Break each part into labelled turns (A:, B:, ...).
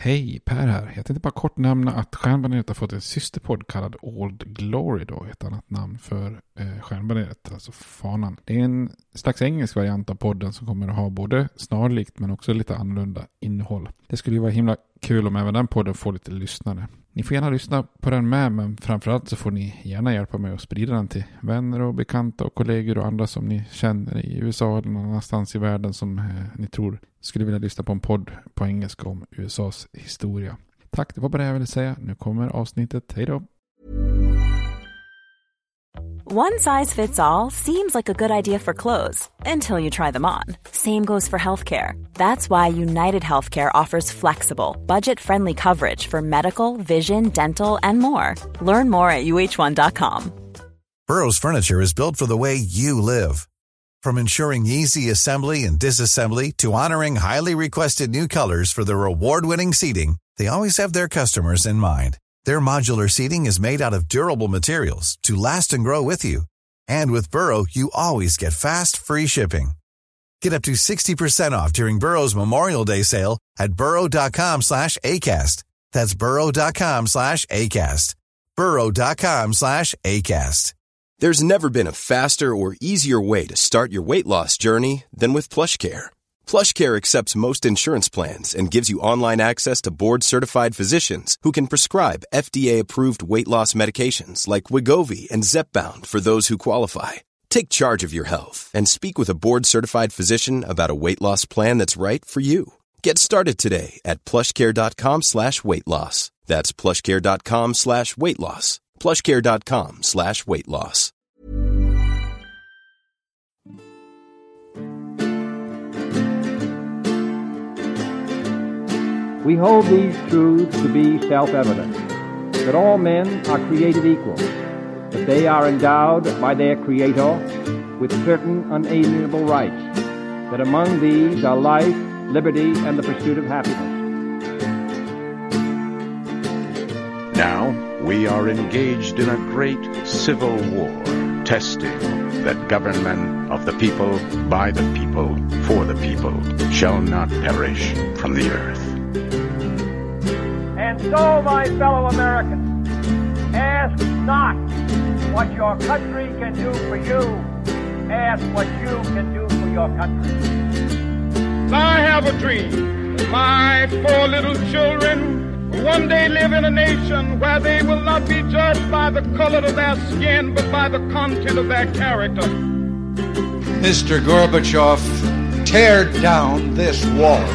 A: Hej, Per här. Jag tänkte bara kort nämna att Stjärnbaneret har fått en systerpodd kallad Old Glory då, ett annat namn för Stjärnbaneret, alltså fanan. Det är en slags engelsk variant av podden som kommer att ha både snarlikt men också lite annorlunda innehåll. Det skulle ju vara himla kul om även den podden får lite lyssnare. Ni får gärna lyssna på den med, men framförallt så får ni gärna hjälpa mig att sprida den till vänner och bekanta och kollegor och andra som ni känner i USA eller någon annanstans i världen som ni tror skulle vilja lyssna på en podd på engelska om USAs historia. Tack, det var bara det jag ville säga. Nu kommer avsnittet. Hej då!
B: One size fits all seems like a good idea for clothes until you try them on. Same goes for healthcare. That's why United Healthcare offers flexible, budget-friendly coverage for medical, vision, dental, and more. Learn more at uh1.com.
C: Burrow's furniture is built for the way you live. From ensuring easy assembly and disassembly to honoring highly requested new colors for their award-winning seating, they always have their customers in mind. Their modular seating is made out of durable materials to last and grow with you. And with Burrow, you always get fast, free shipping. Get up to 60% off during Burrow's Memorial Day sale at burrow.com/ACAST. That's burrow.com/ACAST. burrow.com/ACAST.
D: There's never been a faster or easier way to start your weight loss journey than with PlushCare. PlushCare accepts most insurance plans and gives you online access to board-certified physicians who can prescribe FDA-approved weight loss medications like Wegovy and Zepbound for those who qualify. Take charge of your health and speak with a board-certified physician about a weight loss plan that's right for you. Get started today at plushcare.com/weightloss. That's plushcare.com/weightloss. plushcare.com/weightloss.
E: We hold these truths to be self-evident, that all men are created equal, that they are endowed by their Creator with certain unalienable rights, that among these are life, liberty, and the pursuit of happiness.
F: Now we are engaged in a great civil war, testing that government of the people, by the people, for the people, shall not perish from the earth.
E: And so, my fellow Americans, ask not what your country can do for you. Ask what you can do for your country.
G: I have a dream. My 4 little children will one day live in a nation where they will not be judged by the color of their skin, but by the content of their character.
H: Mr. Gorbachev, tear down this wall.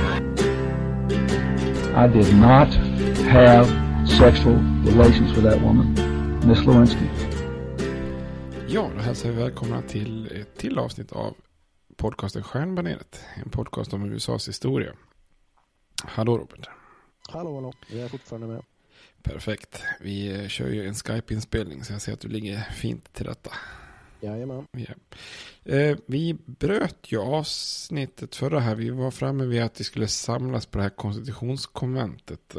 I: I did not have sexual relations with that woman, Miss Lewinsky.
A: Ja, då hälsar vi välkomna till ett till avsnitt av podcasten Stjärnbaneret. En podcast om USAs historia. Hallå Robert.
J: Hallå, jag är fortfarande med.
A: Perfekt. Vi kör ju en Skype-inspelning så jag ser att du ligger fint till detta.
J: Jajamän.
A: Ja. Vi bröt ju avsnittet förra här. Vi var framme vid att vi skulle samlas på det här konstitutionskonventet.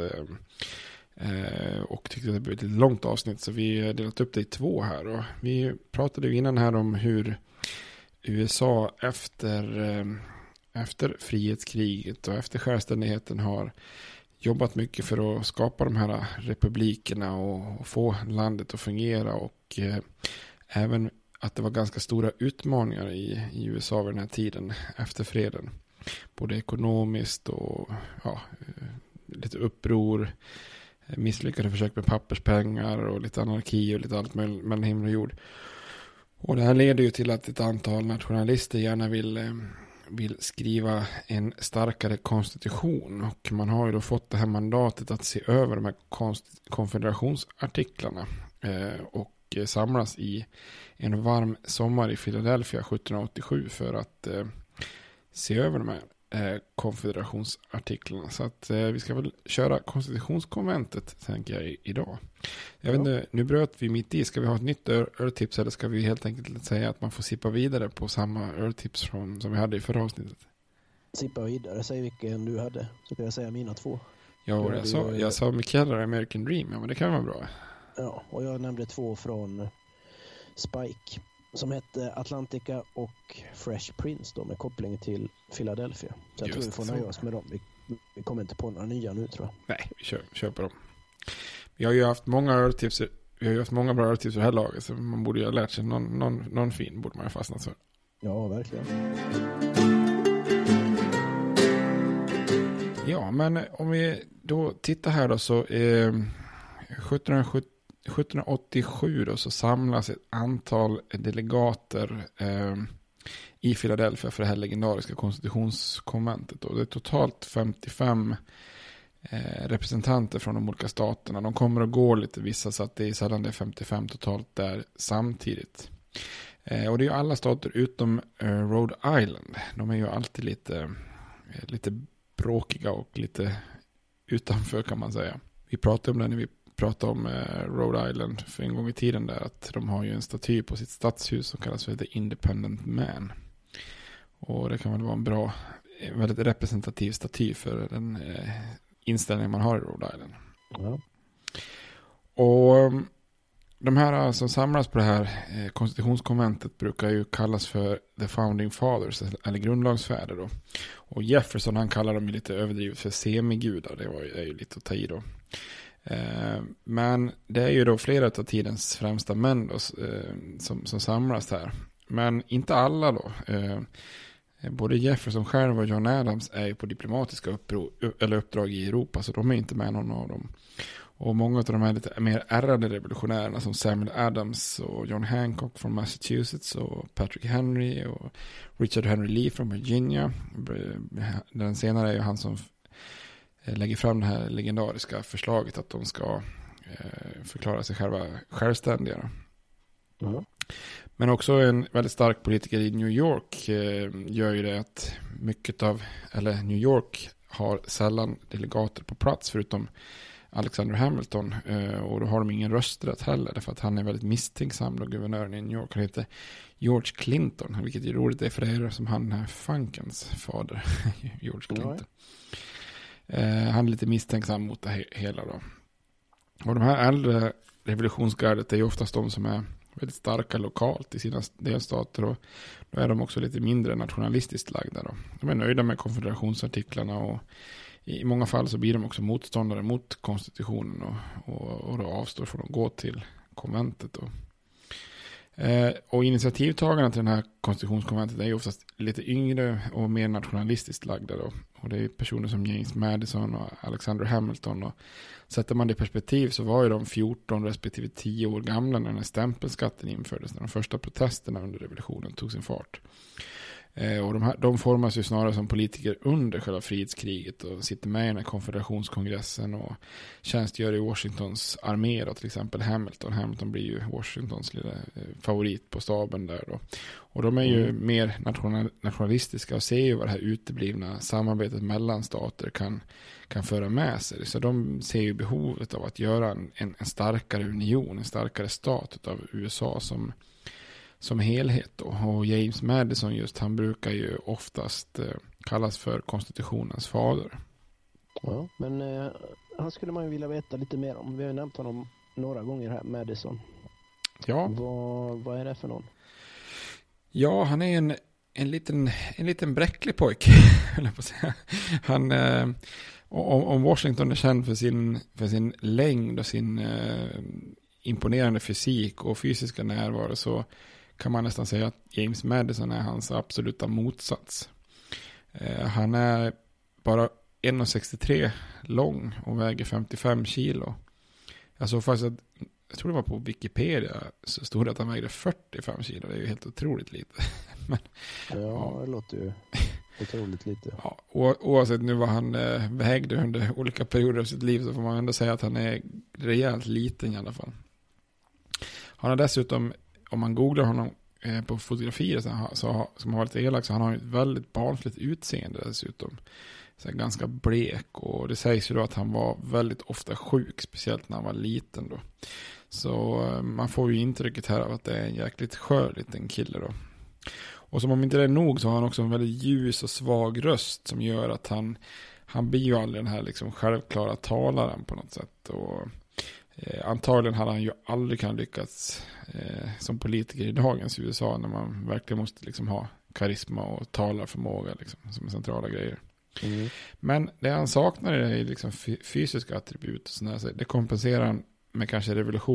A: Och tyckte att det blev ett långt avsnitt så vi delat upp det i 2 här. Och vi pratade ju innan här om hur USA efter frihetskriget och efter självständigheten har jobbat mycket för att skapa de här republikerna och få landet att fungera och även att det var ganska stora utmaningar i USA vid den här tiden efter freden. Både ekonomiskt och lite uppror, misslyckade försök med papperspengar och lite anarki och lite allt mellan himmel och jord. Och det här leder ju till att ett antal nationalister gärna vill skriva en starkare konstitution. Och man har ju då fått det här mandatet att se över de här konfederationsartiklarna och samlas i en varm sommar i Philadelphia 1787 för att se över de här konfederationsartiklarna. Så att vi ska väl köra konstitutionskonventet tänker jag idag. Jag vet inte, nu bröt vi mitt i. Ska vi ha ett nytt öltips eller ska vi helt enkelt säga att man får sippa vidare på samma öltips som vi hade i förra avsnittet?
J: Sippa vidare, säg vilken du hade så kan jag säga mina 2.
A: Ja, jag sa Mikael American Dream, ja men det kan vara bra.
J: Ja, och jag nämnde 2 från Spike som hette Atlantica och Fresh Prince då, med koppling till Philadelphia. Så jag tror vi får nöja oss med dem. Vi kommer inte på några nya nu, tror jag.
A: Nej, vi kör på dem. Vi har ju haft många öltips. Vi har ju haft många bra öltips för det här laget. Så man borde ju ha lärt sig någon fin borde man ha fastnat för.
J: Ja, verkligen.
A: Ja, men om vi då tittar här då så 1787 då så samlas ett antal delegater i Philadelphia för det här legendariska konstitutionskonventet. Det är totalt 55 representanter från de olika staterna. De kommer och går lite vissa, så att det är sällan det är 55 totalt där samtidigt. Och det är ju alla stater utom Rhode Island. De är ju alltid lite bråkiga och lite utanför, kan man säga. Vi pratade om det när vi pratade om Rhode Island för en gång i tiden där, att de har ju en staty på sitt stadshus som kallas för The Independent Man. Och det kan väl vara en bra, väldigt representativ staty för den inställningen man har i Rhode Island.
J: Ja.
A: Och de här som samlas på det här konstitutionskonventet brukar ju kallas för The Founding Fathers, eller grundlagsfäder då. Och Jefferson, han kallar dem ju lite överdrivet för semigudar. Det är ju lite att ta i då. Men det är ju då flera av tidens främsta män då, som samlas här. Men inte alla då. Både Jefferson själv och John Adams är ju på diplomatiska uppdrag i Europa, så de är inte med någon av dem. Och många av de här lite mer ärrade revolutionärerna som Samuel Adams och John Hancock från Massachusetts och Patrick Henry och Richard Henry Lee från Virginia. Den senare är ju han som lägger fram det här legendariska förslaget att de ska förklara sig själva självständiga.
J: Mm.
A: Men också en väldigt stark politiker i New York gör ju det att New York har sällan delegater på plats förutom Alexander Hamilton, och då har de ingen rösträtt heller därför att han är väldigt misstänksam då, guvernören i New York. Han heter George Clinton, vilket är roligt, det är för det är som han är Funkens fader, George Clinton. Han är lite misstänksam mot det hela då. Och de här äldre revolutionsgardet är ju oftast de som är väldigt starka lokalt i sina delstater, och då är de också lite mindre nationalistiskt lagda då. De är nöjda med konfederationsartiklarna, och i många fall så blir de också motståndare mot konstitutionen och då avstår från att gå till konventet då. Och initiativtagarna till den här konstitutionskonventet är ju oftast lite yngre och mer nationalistiskt lagda då. Och det är personer som James Madison och Alexander Hamilton. Och sätter man det i perspektiv så var ju de 14 respektive 10 år gamla när den här stämpelskatten infördes, när de första protesterna under revolutionen tog sin fart. Och de formas ju snarare som politiker under själva frihetskriget och sitter med i den här konfederationskongressen och tjänstgör i Washingtons armé då, till exempel Hamilton. Hamilton blir ju Washingtons lilla favorit på staben där då. Och de är ju mer nationalistiska och ser ju vad det här uteblivna samarbetet mellan stater kan föra med sig. Så de ser ju behovet av att göra en starkare union, en starkare stat av USA som helhet då. Och James Madison just, han brukar ju oftast kallas för konstitutionens fader.
J: Ja, men han skulle man ju vilja veta lite mer om. Vi har ju nämnt honom några gånger här, Madison. Ja. Vad är det för någon?
A: Ja, han är en liten bräcklig pojk, höll jag på att säga. Han, om Washington är känd för sin längd och sin imponerande fysik och fysiska närvaro, så kan man nästan säga att James Madison är hans absoluta motsats. Han är bara 1,63 lång och väger 55 kilo. Jag såg faktiskt att, jag tror det var på Wikipedia, så stod det att han vägde 45 kilo. Det är ju helt otroligt lite. Men,
J: ja, det låter ju otroligt lite.
A: Ja, oavsett nu vad han vägde under olika perioder av sitt liv, så får man ändå säga att han är rejält liten i alla fall. Han har dessutom, om man googlar honom på fotografier som har varit elak, så han har ett väldigt barnsligt utseende dessutom. Så ganska blek, och det sägs ju då att han var väldigt ofta sjuk, speciellt när han var liten då. Så man får ju intrycket här av att det är en jäkligt skör liten kille då. Och som om inte det är nog, så har han också en väldigt ljus och svag röst som gör att han blir ju aldrig den här liksom självklara talaren på något sätt. Och antagligen hade han ju aldrig kan lyckats som politiker i dagens USA, när man verkligen måste liksom ha karisma och talarförmåga liksom, som är centrala grejer. Men det han saknar är liksom fysiska attribut. Och sådär. Så det kompenserar han med kanske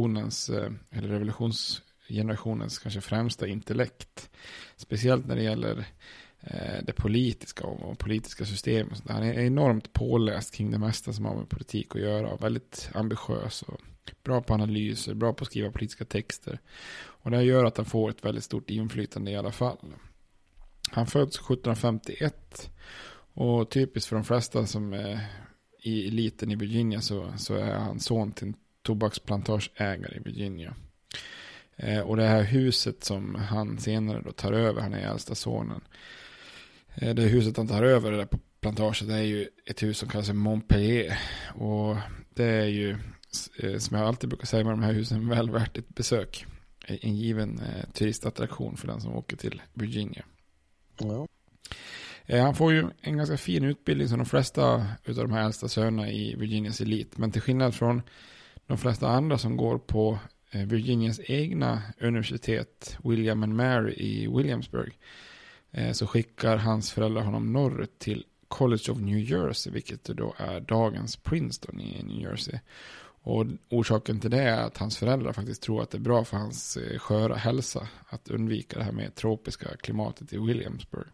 A: revolutionsgenerationens kanske främsta intellekt. Speciellt när det gäller det politiska och politiska system. Och han är enormt påläst kring det mesta som har med politik att göra. Väldigt ambitiös och bra på analyser, bra på att skriva politiska texter. Och det gör att han får ett väldigt stort inflytande i alla fall. Han föds 1751 och typiskt för de flesta som är i eliten i Virginia så är han son till en tobaksplantageägare i Virginia. Och det här huset som han senare då tar över, han är äldsta sonen. Det huset han tar över där på plantagen, det är ju ett hus som kallas Montpellier. Och det är ju, som jag alltid brukar säga med de här husen, väl värt ett besök. En given turistattraktion för den som åker till Virginia.
J: Ja.
A: Han får ju en ganska fin utbildning som de flesta utav de här äldsta sönerna i Virginias elit. Men till skillnad från de flesta andra som går på Virginias egna universitet, William and Mary i Williamsburg, så skickar hans föräldrar honom norrut till College of New Jersey, vilket då är dagens Princeton i New Jersey. Och orsaken till det är att hans föräldrar faktiskt tror att det är bra för hans sköra hälsa att undvika det här med tropiska klimatet i Williamsburg.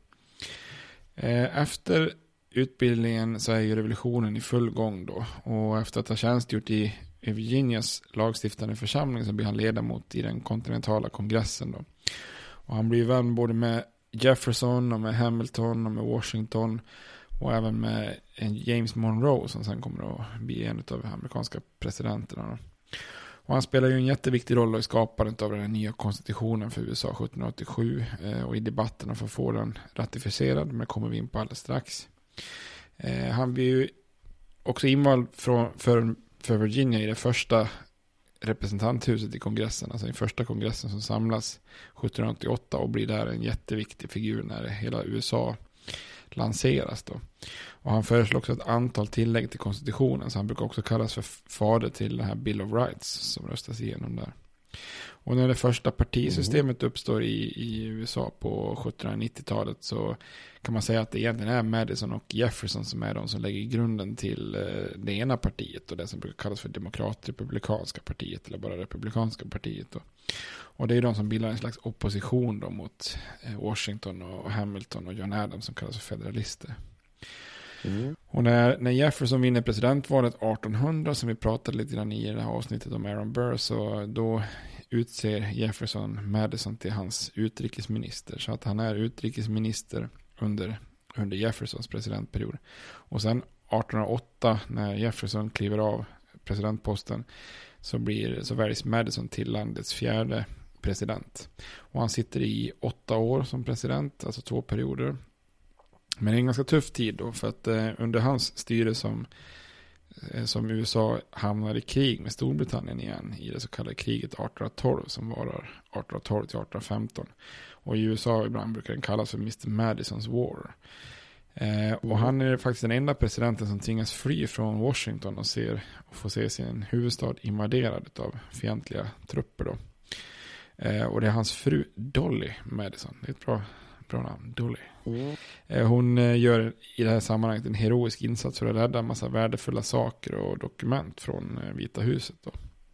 A: Efter utbildningen så är ju revolutionen i full gång då. Och efter att ha tjänstgjort i Virginias lagstiftande församling så blir han ledamot i den kontinentala kongressen då. Och han blir vän både med Jefferson och med Hamilton och med Washington och även med en James Monroe som sen kommer att bli en av de amerikanska presidenterna då. Och han spelar ju en jätteviktig roll i skapandet av den här nya konstitutionen för USA 1787 och i debatterna för att få den ratificerad, men det kommer vi in på alldeles strax. Han blir ju också invald för Virginia i det första representanthuset i kongressen, alltså i första kongressen som samlas 1788 och blir där en jätteviktig figur när hela USA lanseras då. Och han föreslår också ett antal tillägg till konstitutionen, så han brukar också kallas för fader till den här Bill of Rights som röstas igenom där. Och när det första partisystemet uppstår i USA på 1790-talet så kan man säga att det egentligen är Madison och Jefferson som är de som lägger grunden till det ena partiet och det som brukar kallas för demokrat-republikanska partiet eller bara republikanska partiet då. Och det är de som bildar en slags opposition då mot Washington och Hamilton och John Adams som kallas för federalister. Och när Jefferson vinner presidentvalet 1800 som vi pratade lite grann i det här avsnittet om Aaron Burr, så då utser Jefferson Madison till hans utrikesminister, så att han är utrikesminister under Jeffersons presidentperiod. Och sen 1808 när Jefferson kliver av presidentposten så väljs Madison till landets 4:e president. Och han sitter i 8 år som president, alltså 2 perioder. Men det är en ganska tuff tid då, för att under hans styre som USA hamnar i krig med Storbritannien igen i det så kallade kriget 1812 som varar 1812 till 1815. Och i USA ibland brukar den kallas för Mr. Madisons War. Och han är faktiskt den enda presidenten som tvingas fly från Washington och får se sin huvudstad invaderad av fientliga trupper då. Och det är hans fru Dolly Madison. Det är ett bra namn, Dolly. Hon gör i det här sammanhanget en heroisk insats för att rädda en massa värdefulla saker och dokument från Vita huset då.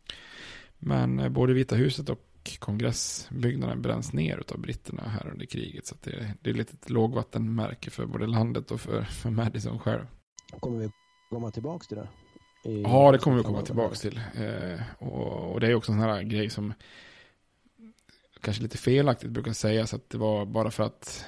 A: Men både Vita huset och kongressbyggnaden bränns ner av britterna här under kriget, så att det är lite ett lågvattenmärke för både landet och för Madison själv.
J: Kommer vi komma tillbaka till det?
A: Ja, det kommer vi komma tillbaka till. Och det är också en sån här grej som kanske lite felaktigt brukar sägas att det var bara för att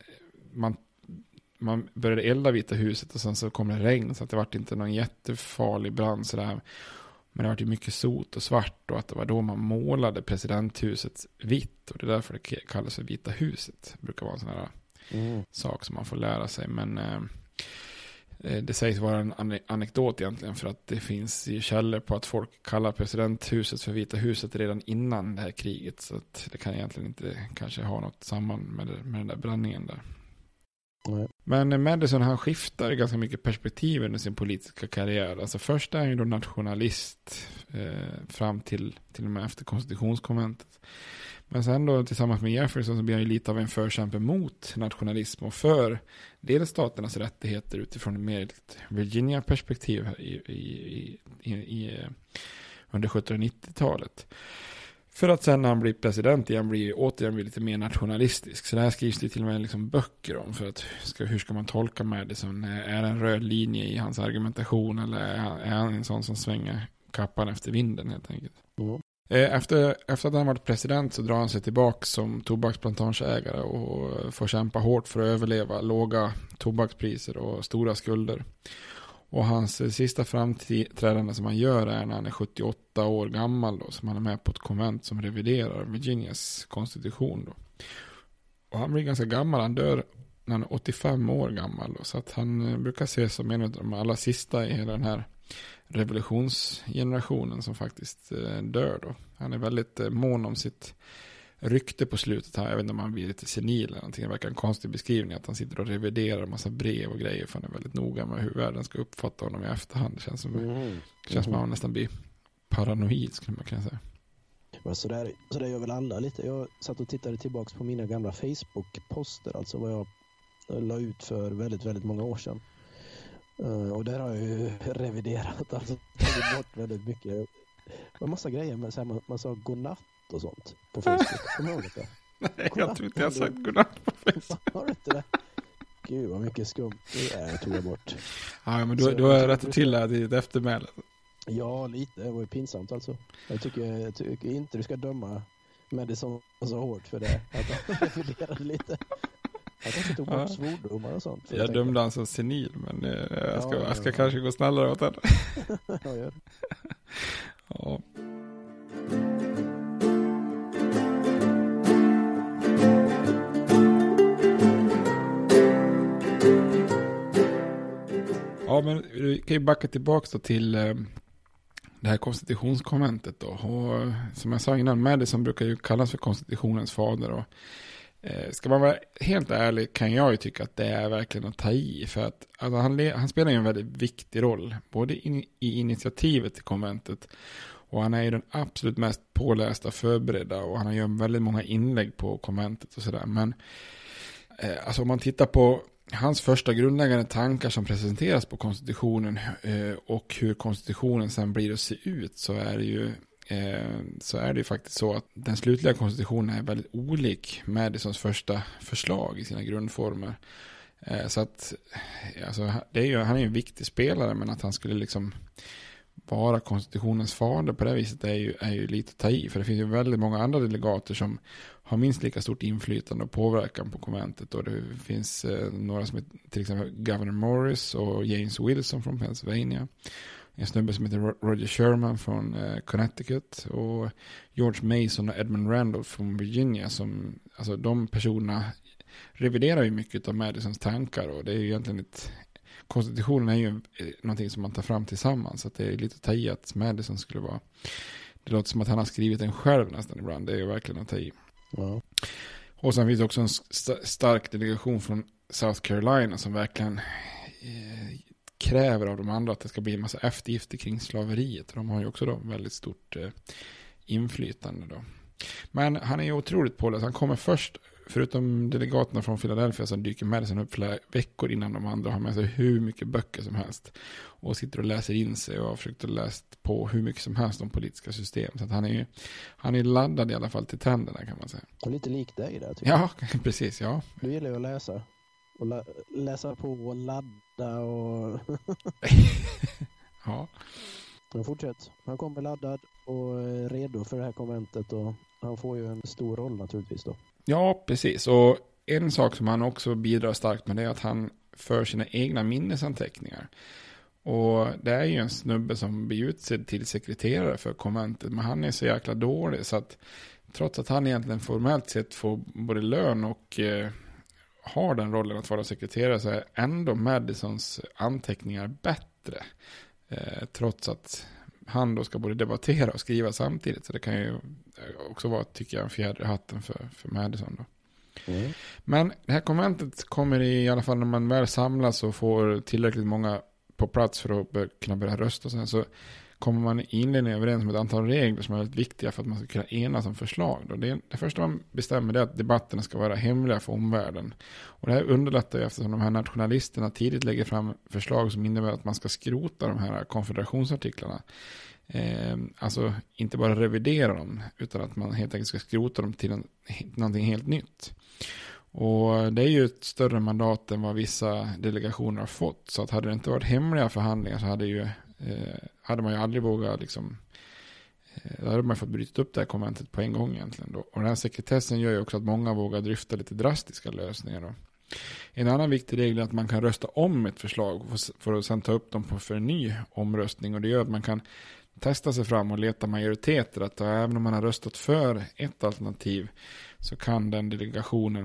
A: man började elda Vita huset och sen så kom det regn, så att det var inte någon jättefarlig brand sådär. Men det var ju mycket sot och svart och att det var då man målade presidenthuset vitt, och det är därför det kallas för Vita huset. Det brukar vara en sån här sak som man får lära sig, men det sägs vara en anekdot egentligen, för att det finns ju källor på att folk kallar presidenthuset för Vita huset redan innan det här kriget, så att det kan egentligen inte kanske ha något samband med den där bränningen där. Men Madison, han skiftar ganska mycket perspektiv under sin politiska karriär. Alltså först är han ju då nationalist fram till och med efter konstitutionskonventet. Men sen då tillsammans med Jefferson så blir han ju lite av en förkämpe mot nationalism och för delstaternas rättigheter utifrån ett mer Virginia-perspektiv under 1790-talet. För att sen när han blir president igen återigen blir lite mer nationalistisk. Så det här skrivs det till och med liksom böcker om. För att hur ska man tolka Madison? Är det en röd linje i hans argumentation eller är han en sån som svänger kappan efter vinden helt enkelt? Mm. Efter att han varit president så drar han sig tillbaka som tobaksplantageägare och får kämpa hårt för att överleva låga tobakspriser och stora skulder. Och hans sista framträdande som han gör är när han är 78 år gammal då, som han är med på ett konvent som reviderar Virginias konstitution då. Och han blir ganska gammal, han dör när han är 85 år gammal då, så att han brukar ses som en av de allra sista i hela den här revolutionsgenerationen som faktiskt dör då. Han är väldigt mån om sitt rykte på slutet här. Jag vet inte om han blir lite senil eller någonting. Det verkar en konstig beskrivning att han sitter och reviderar en massa brev och grejer för han är väldigt noga med hur världen ska uppfatta honom i efterhand. Det känns som att man nästan blir paranoid skulle man kunna säga.
J: Ja, så där gör väl alla lite. Jag satt och tittade tillbaka på mina gamla Facebook-poster, alltså vad jag la ut för väldigt, väldigt många år sedan. Och där har jag ju reviderat, alltså tagit bort väldigt mycket. Det var en massa grejer, men så här, man sa godnatt och sånt på Facebook. Kommer du ihåg det?
A: Nej, jag tror inte jag har sagt godnatt på Facebook.
J: Har du inte det? Gud vad mycket skumt det är, tog jag bort.
A: Ja, men du har rätt till det i ett eftermäle.
J: Ja, lite. Det var ju pinsamt alltså. Jag tycker inte du ska döma Madison så hårt för det. Att han reviderade lite. Jag kanske tog bort svordomar och sånt.
A: Jag dömde han som senil, men jag ska kanske gå snällare åt henne.
J: Jag gör det.
A: Ja. Ja, men vi kan ju backa tillbaka då till det här konstitutionskonventet då. Och som jag sa innan, Madison brukar ju kallas för konstitutionens fader. Och ska man vara helt ärlig kan jag ju tycka att det är verkligen att ta i. För att alltså, han spelar ju en väldigt viktig roll. Både i initiativet till konventet. Och han är ju den absolut mest pålästa, förberedda. Och han har ju väldigt många inlägg på konventet och sådär. Men alltså om man tittar på hans första grundläggande tankar som presenteras på konstitutionen och hur konstitutionen sen blir att se ut, så är det ju faktiskt så att den slutliga konstitutionen är väldigt olik Madisons första förslag i sina grundformer. Så att alltså, han är ju en viktig spelare, men att han skulle liksom vara konstitutionens fader på det viset är ju lite att ta i. För det finns ju väldigt många andra delegater som har minst lika stort inflytande och påverkan på konventet. Och det finns några som är till exempel Governor Morris och James Wilson från Pennsylvania. En snubbe som heter Roger Sherman från Connecticut och George Mason och Edmund Randolph från Virginia. Alltså de personerna reviderar ju mycket av Madisons tankar, och det är ju egentligen konstitutionen är ju någonting som man tar fram tillsammans, så att det är lite att ta i att Madison skulle vara, det låter som att han har skrivit den själv nästan ibland, det är ju verkligen att ta i. Ja. Och sen finns det också en stark delegation från South Carolina som verkligen kräver av de andra att det ska bli en massa eftergifter kring slaveriet. De har ju också då väldigt stort inflytande då. Men han är ju otroligt påläst. Han kommer först, förutom delegaterna från Philadelphia, så dyker Madison upp flera veckor innan de andra har med sig hur mycket böcker som helst. Och sitter och läser in sig och har försökt att läsa på hur mycket som helst om politiska system. Så att han är laddad i alla fall till tänderna, kan man säga.
J: Och lite lik dig där, tycker jag.
A: Ja, precis, ja.
J: Du gillar ju att läsa. Och läsa på och ladda och...
A: Ja.
J: Men fortsätt. Han kommer laddad och redo för det här konventet, och han får ju en stor roll naturligtvis då.
A: Ja, precis. Och en sak som han också bidrar starkt med, det är att han för sina egna minnesanteckningar. Och det är ju en snubbe som blir utsedd till sekreterare för konventet, men han är så jäkla dålig så att trots att han egentligen formellt sett får både lön och har den rollen att vara sekreterare, så är ändå Madisons anteckningar bättre. Trots att han då ska både debattera och skriva samtidigt. Så det kan ju också vara, tycker jag, en fjäder i hatten för Madison då. Mm. Men det här konventet kommer i alla fall när man väl samlas och får tillräckligt många på plats för att kunna börja rösta. Och sen så kommer man i inledningen överens om ett antal regler som är väldigt viktiga för att man ska kunna enas om förslag. Då. Det första man bestämmer är att debatterna ska vara hemliga för omvärlden. Och det här underlättar ju eftersom de här nationalisterna tidigt lägger fram förslag som innebär att man ska skrota de här konfederationsartiklarna. Alltså inte bara revidera dem utan att man helt enkelt ska skrota dem till någonting helt nytt. Och det är ju ett större mandat än vad vissa delegationer har fått. Så att hade det inte varit hemliga förhandlingar så hade man ju aldrig vågat liksom, då hade man fått bryta upp det här konventet på en gång egentligen då. Och den här sekretessen gör ju också att många vågar dryfta lite drastiska lösningar då. En annan viktig regel är att man kan rösta om ett förslag för att sedan ta upp dem för en ny omröstning. Och det gör att man kan testa sig fram och leta majoriteter. Att även om man har röstat för ett alternativ så kan den delegationen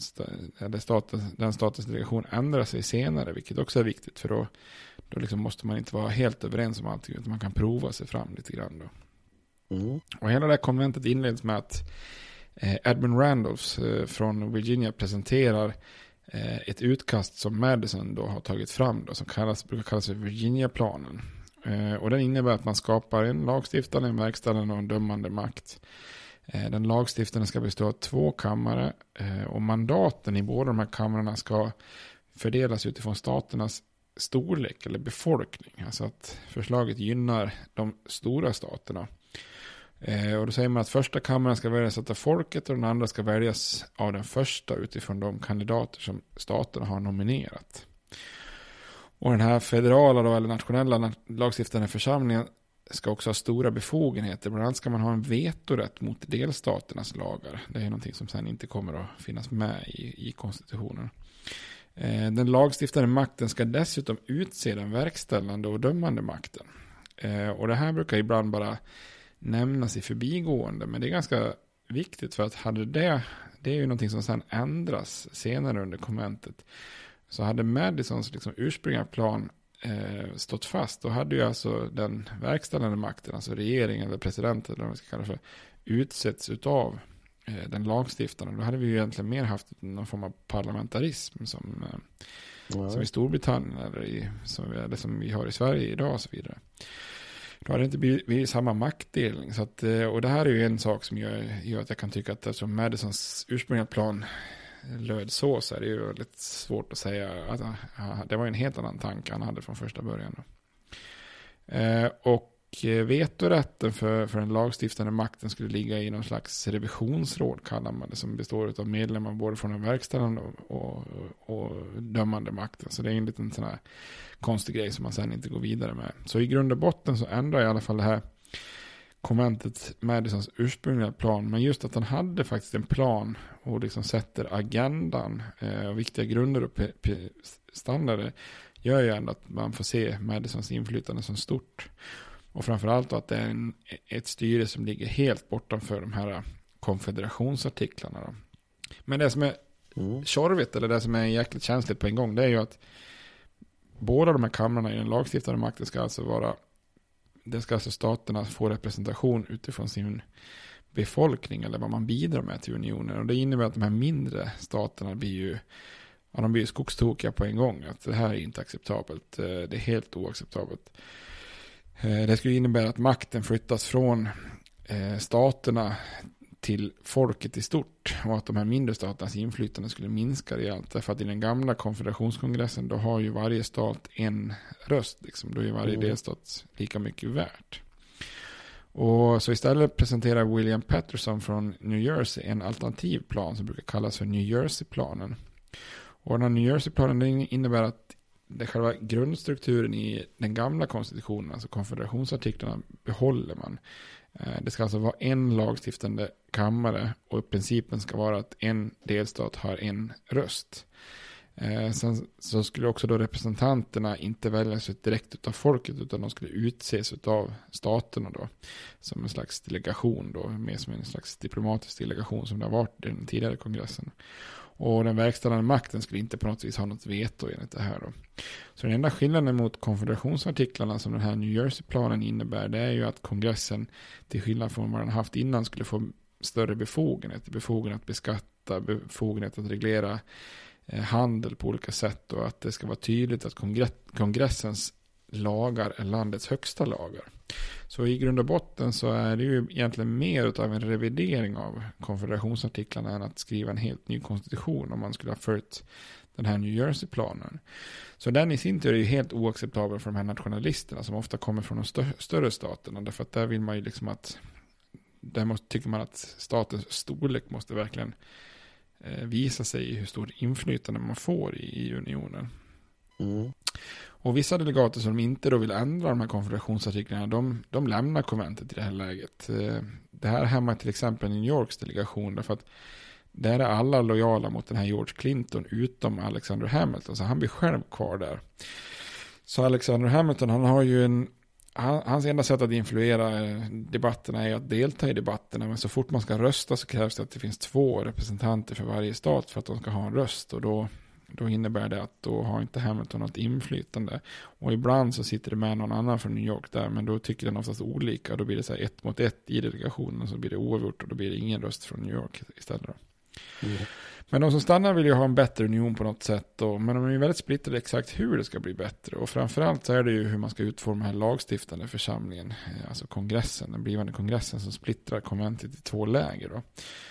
A: eller den statens delegation ändra sig senare. Vilket också är viktigt, för då liksom måste man inte vara helt överens om allting utan man kan prova sig fram lite grann då. Och hela det här konventet inleds med att Edmund Randolph från Virginia presenterar ett utkast som Madison då har tagit fram då, som brukar kallas för Virginia-planen. Och den innebär att man skapar en lagstiftande, en verkställande och en dömande makt. Den lagstiftande ska bestå av 2 kammare och mandaten i båda de här kamrarna ska fördelas utifrån staternas storlek eller befolkning. Alltså att förslaget gynnar de stora staterna. Och då säger man att första kammaren ska väljas av folket och den andra ska väljas av den första utifrån de kandidater som staterna har nominerat. Och den här federala då, eller nationella lagstiftande församlingen ska också ha stora befogenheter. Bland annat ska man ha en vetorätt mot delstaternas lagar. Det är någonting som sen inte kommer att finnas med i konstitutionen. Den lagstiftande makten ska dessutom utse den verkställande och dömande makten. Och det här brukar ibland bara nämnas i förbigående, men det är ganska viktigt för att det är ju någonting som sen ändras senare under konventet. Så hade Madisons liksom ursprungliga plan stått fast, då hade ju alltså den verkställande makten, alltså regeringen eller presidenten eller vad man ska kalla det för, utsätts utav den lagstiftande. Då hade vi ju egentligen mer haft någon form av parlamentarism som i Storbritannien eller som vi har i Sverige idag och så vidare. Då hade det inte blivit samma maktdelning. Så att, och det här är ju en sak som gör att jag kan tycka att eftersom Madisons ursprungliga plan löd så är det ju lite svårt att säga att det var en helt annan tanke han hade från första början. Och vetorätten för den lagstiftande makten skulle ligga i någon slags revisionsråd, kallar man det, som består av medlemmar både från den verkställande och dömande makten. Så det är en liten sån här konstig grej som man sen inte går vidare med. Så i grund och botten så ändrar i alla fall det här konventet Madisons ursprungliga plan, men just att han hade faktiskt en plan och liksom sätter agendan och viktiga grunder och standarder gör ju ändå att man får se Madisons inflytande som stort. Och framförallt att det är ett styre som ligger helt bortanför de här konfederationsartiklarna då. Men det som är tjorvigt, eller det som är jäkligt känsligt på en gång, det är ju att båda de här kamrarna i den lagstiftande makten ska alltså staterna få representation utifrån sin befolkning eller vad man bidrar med till unionen. Och det innebär att de här mindre staterna blir ju skogstokiga på en gång. Att det här är inte acceptabelt. Det är helt oacceptabelt. Det skulle innebära att makten flyttas från staterna till folket i stort och att de här mindre staternas inflytande skulle minska rejält. Därför att i den gamla konfederationskongressen då har ju varje stat en röst. Liksom. Då är varje delstat lika mycket värt. Och så istället presenterar William Patterson från New Jersey en alternativ plan som brukar kallas för New Jersey-planen. Och den här New Jersey-planen innebär att själva grundstrukturen i den gamla konstitutionen, alltså konfederationsartiklarna, behåller man. Det ska alltså vara en lagstiftande kammare och principen ska vara att en delstat har en röst. Sen så skulle också då representanterna inte väljas direkt utav folket utan de skulle utses utav staterna då som en slags delegation då, mer som en slags diplomatisk delegation som det har varit i den tidigare kongressen. Och den verkställande makten skulle inte på något vis ha något veto enligt det här då. Så den enda skillnaden mot konfederationsartiklarna som den här New Jersey-planen innebär, det är ju att kongressen till skillnad från vad den haft innan skulle få större befogenhet att beskatta, befogenhet att reglera handel på olika sätt och att det ska vara tydligt att kongressens lagar är landets högsta lagar. Så i grund och botten så är det ju egentligen mer av en revidering av konfederationsartiklarna än att skriva en helt ny konstitution om man skulle ha följt den här New Jersey-planen. Så den i sin tur är ju helt oacceptabel för de här nationalisterna som ofta kommer från de större staterna. Därför att där vill man ju liksom att, tycker man att statens storlek måste verkligen visa sig i hur stort inflytande man får i unionen. Mm. Och vissa delegater som inte då vill ändra de här konfederationsartiklarna, de lämnar konventet i det här läget. Det här hämmar till exempel New Yorks delegation, därför att där är alla lojala mot den här George Clinton utom Alexander Hamilton, så han blir själv kvar där. Så Alexander Hamilton, han har ju hans enda sätt att influera debatterna är att delta i debatterna, men så fort man ska rösta så krävs det att det finns 2 representanter för varje stat för att de ska ha en röst, och då innebär det att då har inte Hamilton något inflytande. Och ibland så sitter det med någon annan från New York där, men då tycker den oftast olika. Då blir det så här 1-1 i delegationen, så blir det oavgjort och då blir det ingen röst från New York istället. Mm. Men de som stannar vill ju ha en bättre union på något sätt då, men de är ju väldigt splittrade exakt hur det ska bli bättre. Och framförallt så är det ju hur man ska utforma den här lagstiftande församlingen, alltså kongressen, den blivande kongressen som splittrar konventet i 2 läger då.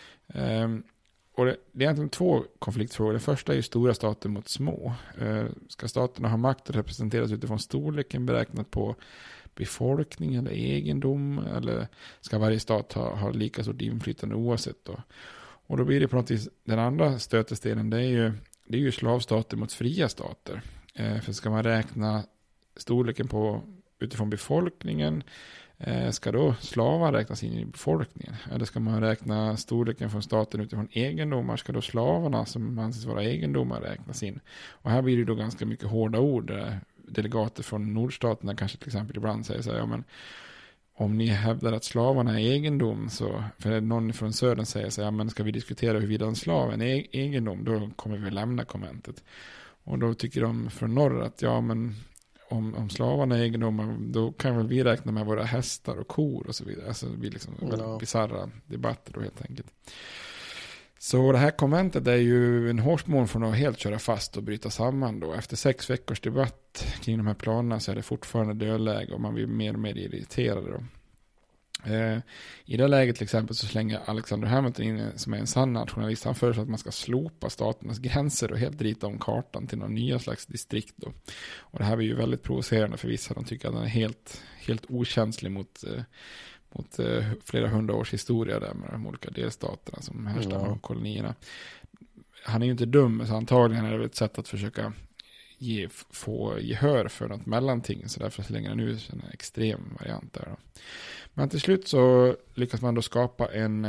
A: Och det är egentligen 2 konfliktfrågor. Det första är ju stora stater mot små. Ska staterna ha makt att representeras utifrån storleken beräknat på befolkning eller egendom, eller ska varje stat ha lika stort inflytande oavsett då? Och då blir det på något vis, den andra stötestenen, det är ju slavstater mot fria stater. För ska man räkna storleken på utifrån befolkningen, ska då slavar räknas in i befolkningen? Eller ska man räkna storleken från staten utifrån egendomar? Ska då slavarna som anses vara egendomar räknas in? Och här blir det då ganska mycket hårda ord. Delegater från nordstaterna kanske till exempel ibland säger så här, ja men om ni hävdar att slavarna är egendom, så för någon från södern säger så här, ja men ska vi diskutera huruvida en slav är egendom, då kommer vi lämna konventet. Och då tycker de från norr att ja men om slavarna är egendomar, då kan väl vi räkna med våra hästar och kor och så vidare. Alltså det blir liksom väldigt bizarra debatter då helt enkelt. Så det här konventet är ju en hårsmån från att helt köra fast och bryta samman då. Efter 6 veckors debatt kring de här planerna så är det fortfarande dödläge och man blir mer och mer irriterad då. I det läget till exempel så slänger Alexander Hamilton in, som är en sann nationalist, han föreslår att man ska slopa staternas gränser och helt rita om kartan till någon nya slags distrikt då. Och det här är ju väldigt provocerande för vissa, de tycker att den är helt okänslig mot flera 100 års historia där med de olika delstaterna som härstammar av kolonierna. Han är ju inte dum, så antagligen är det ett sätt att försöka få gehör för något mellanting, så därför slänger han ut en extrem variant där då. Men till slut så lyckas man då skapa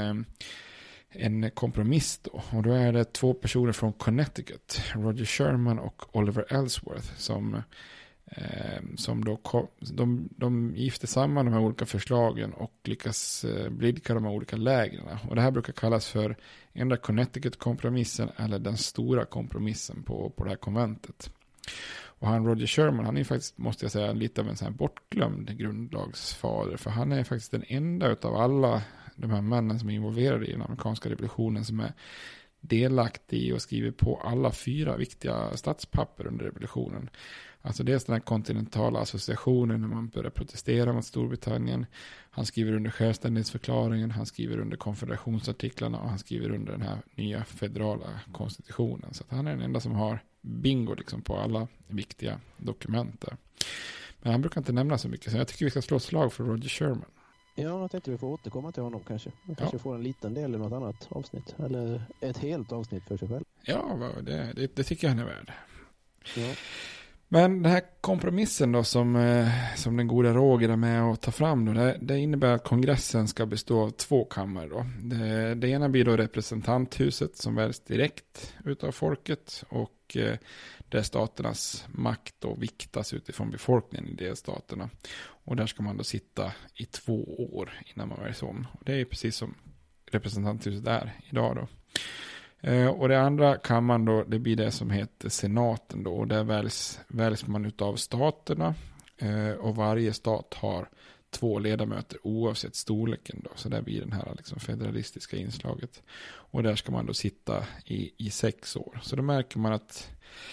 A: en kompromiss då, och då är det 2 personer från Connecticut, Roger Sherman och Oliver Ellsworth, som då de gifter samman de här olika förslagen och lyckas blidka de här olika lägren. Och det här brukar kallas för enda Connecticut-kompromissen eller den stora kompromissen på det här konventet. Och han Roger Sherman, han är faktiskt, måste jag säga, lite av en sån här bortglömd grundlagsfader, för han är faktiskt den enda utav alla de här männen som är involverade i den amerikanska revolutionen som är delaktig i och skriver på alla 4 viktiga statspapper under revolutionen. Alltså dels den här kontinentala associationen när man börjar protestera mot Storbritannien. Han skriver under självständighetsförklaringen, han skriver under konfederationsartiklarna och han skriver under den här nya federala konstitutionen. Så att han är den enda som har bingo liksom på alla viktiga dokument där. Men han brukar inte nämna så mycket, så jag tycker vi ska slå ett slag för Roger Sherman.
J: Ja, jag tänkte vi får återkomma till honom kanske. Man kanske får en liten del i något annat avsnitt. Eller ett helt avsnitt för sig själv.
A: Ja, det tycker jag han är värd.
J: Ja. Men
A: den här kompromissen då som den goda Roger är med att ta fram då, det innebär att kongressen ska bestå av 2 kammare då. Det ena blir då representanthuset som väljs direkt utav folket och där staternas makt då viktas utifrån befolkningen i delstaterna. Och där ska man då sitta i 2 år innan man väljs om. Och det är precis som representanthuset är idag då. Och det andra kammaren då, det blir det som heter senaten då, och där väljs man utav staterna och varje stat har 2 ledamöter oavsett storleken då, så där blir den här liksom federalistiska inslaget, och där ska man då sitta i 6 år. Så då märker man att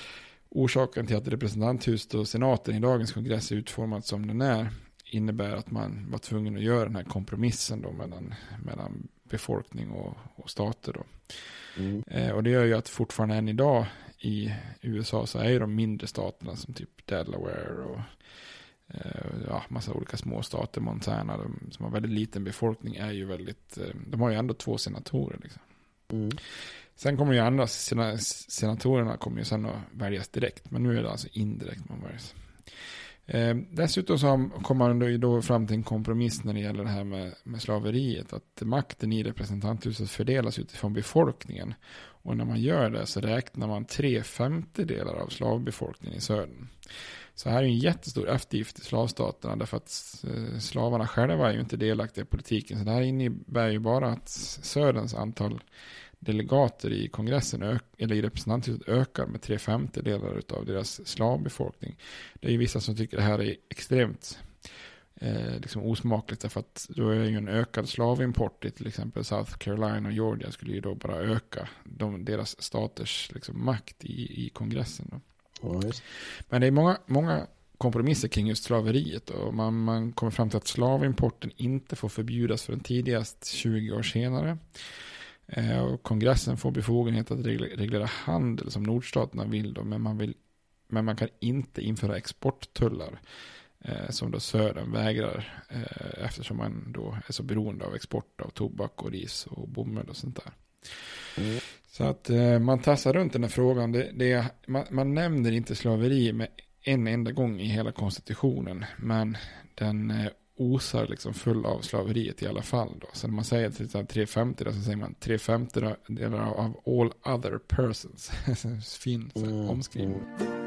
A: orsaken till att representanthuset och senaten i dagens kongress är utformat som den är innebär att man var tvungen att göra den här kompromissen då mellan befolkning och stater då. Och det gör ju att fortfarande än idag i USA så är ju de mindre staterna som typ Delaware och massa olika små stater, Montana, som har väldigt liten befolkning, är ju väldigt, de har ju ändå 2 senatorer liksom. Sen kommer ju andra senatorerna kommer ju sen att väljas direkt, men nu är det alltså indirekt man väljs. Dessutom så kommer man då fram till en kompromiss när det gäller det här med slaveriet, att makten i representanthuset fördelas utifrån befolkningen, och när man gör det så räknar man 3/5 av slavbefolkningen i södern. Så här är en jättestor eftergift i slavstaterna, därför att slavarna själva är ju inte delaktiga i politiken, så det här innebär ju bara att söderns antal delegater i kongressen eller i representanthuset ökar med 3/5 av deras slavbefolkning. Det är ju vissa som tycker det här är extremt liksom osmakligt, därför att då är ju en ökad slavimport i till exempel South Carolina och Georgia skulle ju då bara öka deras staters liksom makt i kongressen då. Men det är många kompromisser kring just slaveriet, och man kommer fram till att slavimporten inte får förbjudas förrän tidigast 20 år senare. Och kongressen får befogenhet att reglera handel som nordstaterna vill då, men man kan inte införa exporttullar som då södern vägrar, eftersom man då är så beroende av export av tobak och ris och bomull och sånt där. Så att man tassar runt den här frågan. Man nämner inte slaveri med en enda gång i hela konstitutionen, men den osar liksom full av slaveriet i alla fall då. Så när man säger till 3/5 så säger man 3/5 av all other persons. Fin omskrivning.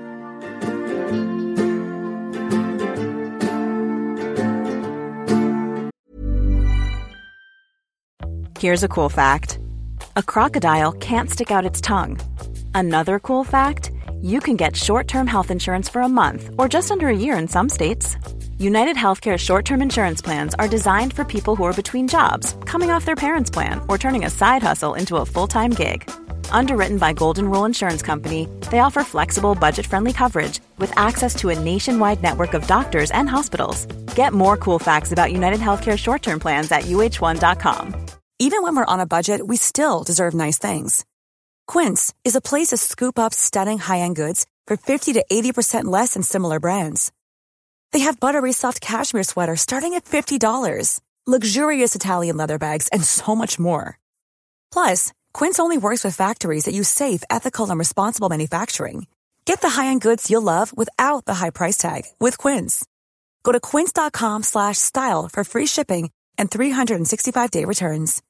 B: Here's a cool fact. A crocodile can't stick out its tongue. Another cool fact, you can get short-term health insurance for a month or just under a year in some states. United Healthcare short-term insurance plans are designed for people who are between jobs, coming off their parents' plan, or turning a side hustle into a full-time gig. Underwritten by Golden Rule Insurance Company, they offer flexible, budget-friendly coverage with access to a nationwide network of doctors and hospitals. Get more cool facts about United Healthcare short-term plans at uh1.com.
K: Even when we're on a budget, we still deserve nice things. Quince is a place to scoop up stunning high-end goods for 50 to 80% less than similar brands. They have buttery soft cashmere sweaters starting at $50, luxurious Italian leather bags, and so much more. Plus, Quince only works with factories that use safe, ethical, and responsible manufacturing. Get the high-end goods you'll love without the high price tag with Quince. Go to quince.com/style for free shipping and 365-day returns.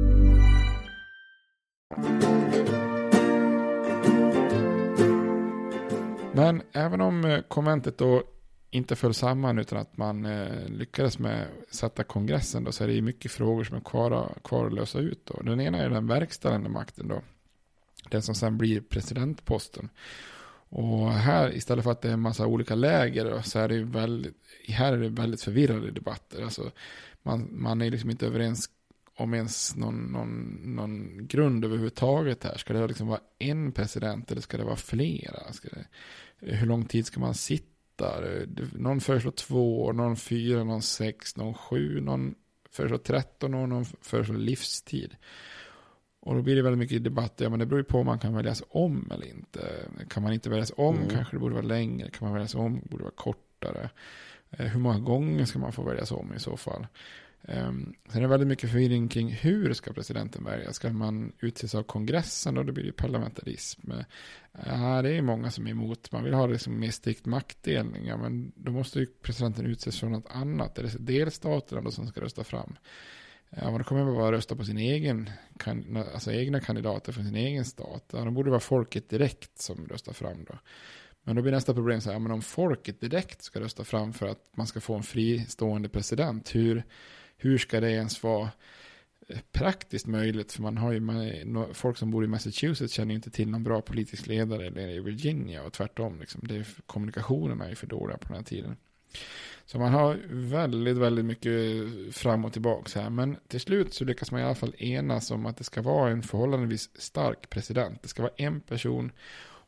A: Men även om konventet då inte föll samman utan att man lyckades med sätta kongressen då, så är det ju mycket frågor som är kvar att lösa ut då. Den ena är den verkställande makten då. Den som sen blir presidentposten. Och här istället för att det är en massa olika läger då, så är det ju väldigt förvirrade debatter. Alltså man är liksom inte överens om ens någon grund överhuvudtaget här. Ska det liksom vara en president eller ska det vara flera? Hur lång tid ska man sitta? Någon föreslår 2 år, någon 4, någon 6, någon 7, någon föreslår 13 år, någon föreslår livstid. Och då blir det väldigt mycket debatt. Ja, men det beror ju på om man kan väljas om eller inte. Kan man inte väljas om kanske det borde vara längre. Kan man väljas om borde det vara kortare. Hur många gånger ska man få väljas om i så fall? Sen är det väldigt mycket förvirring kring hur ska presidenten väljas. Ska man utses av kongressen då blir det parlamentarism. Det är många som är emot. Man vill ha det som mer strikt maktdelning. Ja, men då måste ju presidenten utses från något annat. Är det delstaterna då som ska rösta fram? Ja, men då kommer man bara rösta på sin egna kandidater från sin egen stat. Ja, då borde det vara folket direkt som röstar fram då. Men då blir nästa problem så här, men om folket direkt ska rösta fram för att man ska få en fristående president, hur ska det ens vara praktiskt möjligt? För man har ju folk som bor i Massachusetts känner ju inte till någon bra politisk ledare, eller i Virginia och tvärtom. Liksom. Kommunikationerna är ju för dåliga på den här tiden. Så man har väldigt, väldigt mycket fram och tillbaka här. Men till slut så lyckas man i alla fall enas om att det ska vara en förhållandevis stark president. Det ska vara en person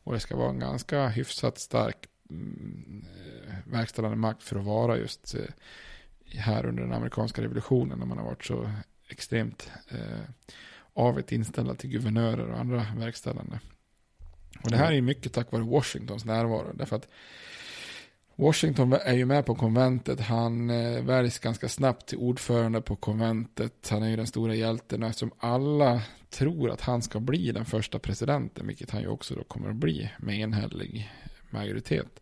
A: Och det ska vara en ganska hyfsat stark verkställande makt för att vara just här under den amerikanska revolutionen, när man har varit så extremt avigt inställda till guvernörer och andra verkställande. Och det här är mycket tack vare Washingtons närvaro, därför att Washington är ju med på konventet. Han väljs ganska snabbt till ordförande på konventet. Han är ju den stora hjälten, och eftersom alla tror att han ska bli den första presidenten, vilket han ju också då kommer att bli med enhällig majoritet,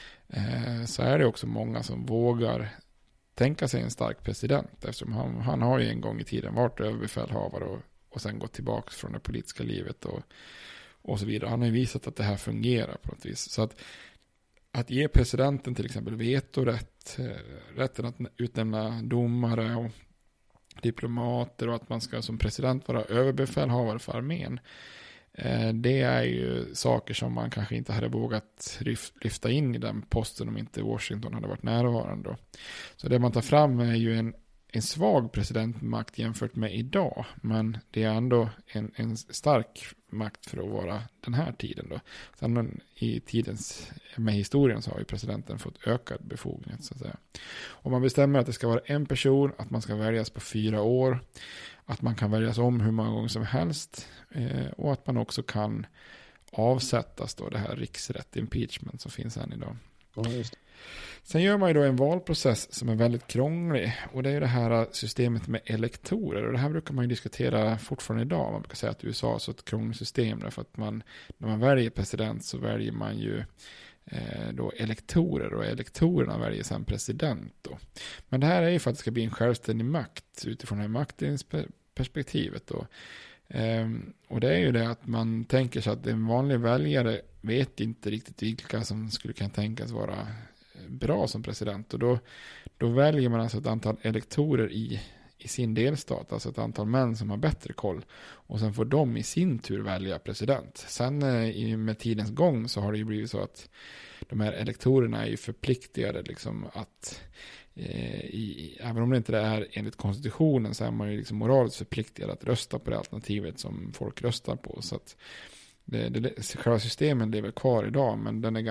A: så är det också många som vågar tänka sig en stark president, eftersom han har ju en gång i tiden varit överbefälhavare och sen gått tillbaka från det politiska livet och så vidare. Han har ju visat att det här fungerar på något vis. Så att ge presidenten till exempel vetorätt, rätten att utnämna domare och diplomater, och att man ska som president vara överbefälhavare för armén, det är ju saker som man kanske inte hade vågat lyfta in i den posten om inte Washington hade varit närvarande. Så det man tar fram är ju en svag presidentmakt jämfört med idag, men det är ändå en stark makt för att vara den här tiden då. Sen i tidens med historien så har ju presidenten fått ökad befogenhet, så att säga. Och man bestämmer att det ska vara en person, att man ska väljas på 4 år, att man kan väljas om hur många gånger som helst, och att man också kan avsättas då, det här riksrätt impeachment som finns än idag.
J: Ja, just det.
A: Sen gör man ju då en valprocess som är väldigt krånglig, och det är ju det här systemet med elektorer, och det här brukar man ju diskutera fortfarande idag. Man brukar säga att USA är så ett krångligt system, därför att när man väljer president så väljer man ju då elektorer, och elektorerna väljer sen president då. Men det här är ju för att det ska bli en självständig makt utifrån det här maktperspektivet då. Och det är ju det att man tänker sig att en vanlig väljare vet inte riktigt vilka som skulle kunna tänkas vara bra som president, och då väljer man alltså ett antal elektorer i sin delstat, alltså ett antal män som har bättre koll, och sen får de i sin tur välja president. Sen med tidens gång så har det ju blivit så att de här elektorerna är ju förpliktigade liksom att även om det inte är enligt konstitutionen, så är man ju liksom moraliskt förpliktigad att rösta på det alternativet som folk röstar på. Så att själva systemen lever kvar idag, men den är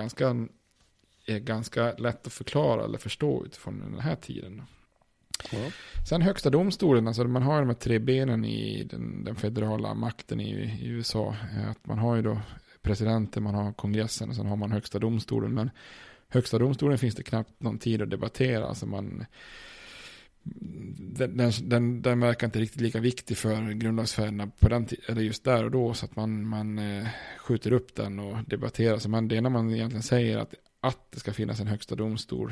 A: ganska lätt att förklara eller förstå utifrån den här tiden. Ja. Sen högsta domstolen, alltså man har de här 3 benen i den federala makten i USA. Att man har ju då presidenten, man har kongressen och sen har man högsta domstolen. Men högsta domstolen finns det knappt någon tid att debattera. Alltså den verkar inte riktigt lika viktig för grundlagsfäderna på den eller just där och då, så att man skjuter upp den och debatterar. Så det är när man egentligen säger att det ska finnas en högsta domstol,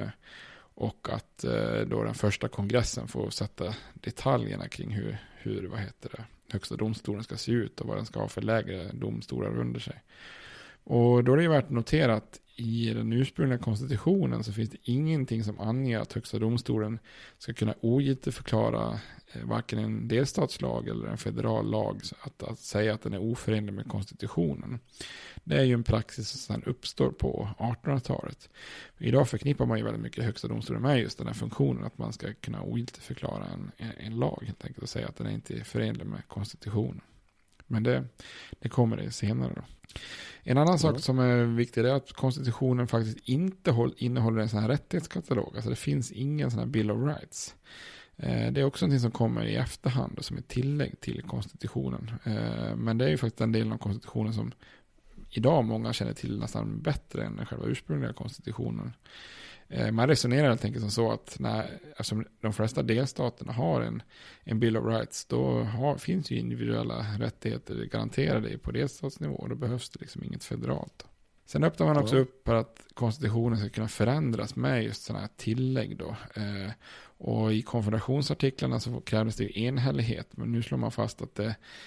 A: och att då den första kongressen får sätta detaljerna kring hur högsta domstolen ska se ut och vad den ska ha för lägre domstolar under sig. Och då är det ju värt att notera att i den ursprungliga konstitutionen så finns det ingenting som anger att högsta domstolen ska kunna ogiltigförklara varken en delstatslag eller en federal lag, att säga att den är oförenlig med konstitutionen. Det är ju en praxis som sedan uppstår på 1800-talet. Idag förknippar man ju väldigt mycket högsta domstolen med just den här funktionen, att man ska kunna ogiltigförklara en lag helt enkelt, och säga att den inte är förenlig med konstitutionen. Men det kommer det senare då. En annan sak som är viktig är att konstitutionen faktiskt inte innehåller en sån här rättighetskatalog. Alltså det finns ingen sån här Bill of Rights. Det är också någonting som kommer i efterhand och som är tillägg till konstitutionen. Men det är ju faktiskt den delen av konstitutionen som idag många känner till nästan bättre än den själva ursprungliga konstitutionen. Man resonerar helt enkelt som så att eftersom de flesta delstaterna har en Bill of Rights, då finns ju individuella rättigheter garanterade på delstatsnivå, och då behövs det liksom inget federalt. Sen öppnar man också upp för att konstitutionen ska kunna förändras med just sådana här tillägg då. Och i konfederationsartiklarna så krävdes det ju enhällighet, men nu slår man fast att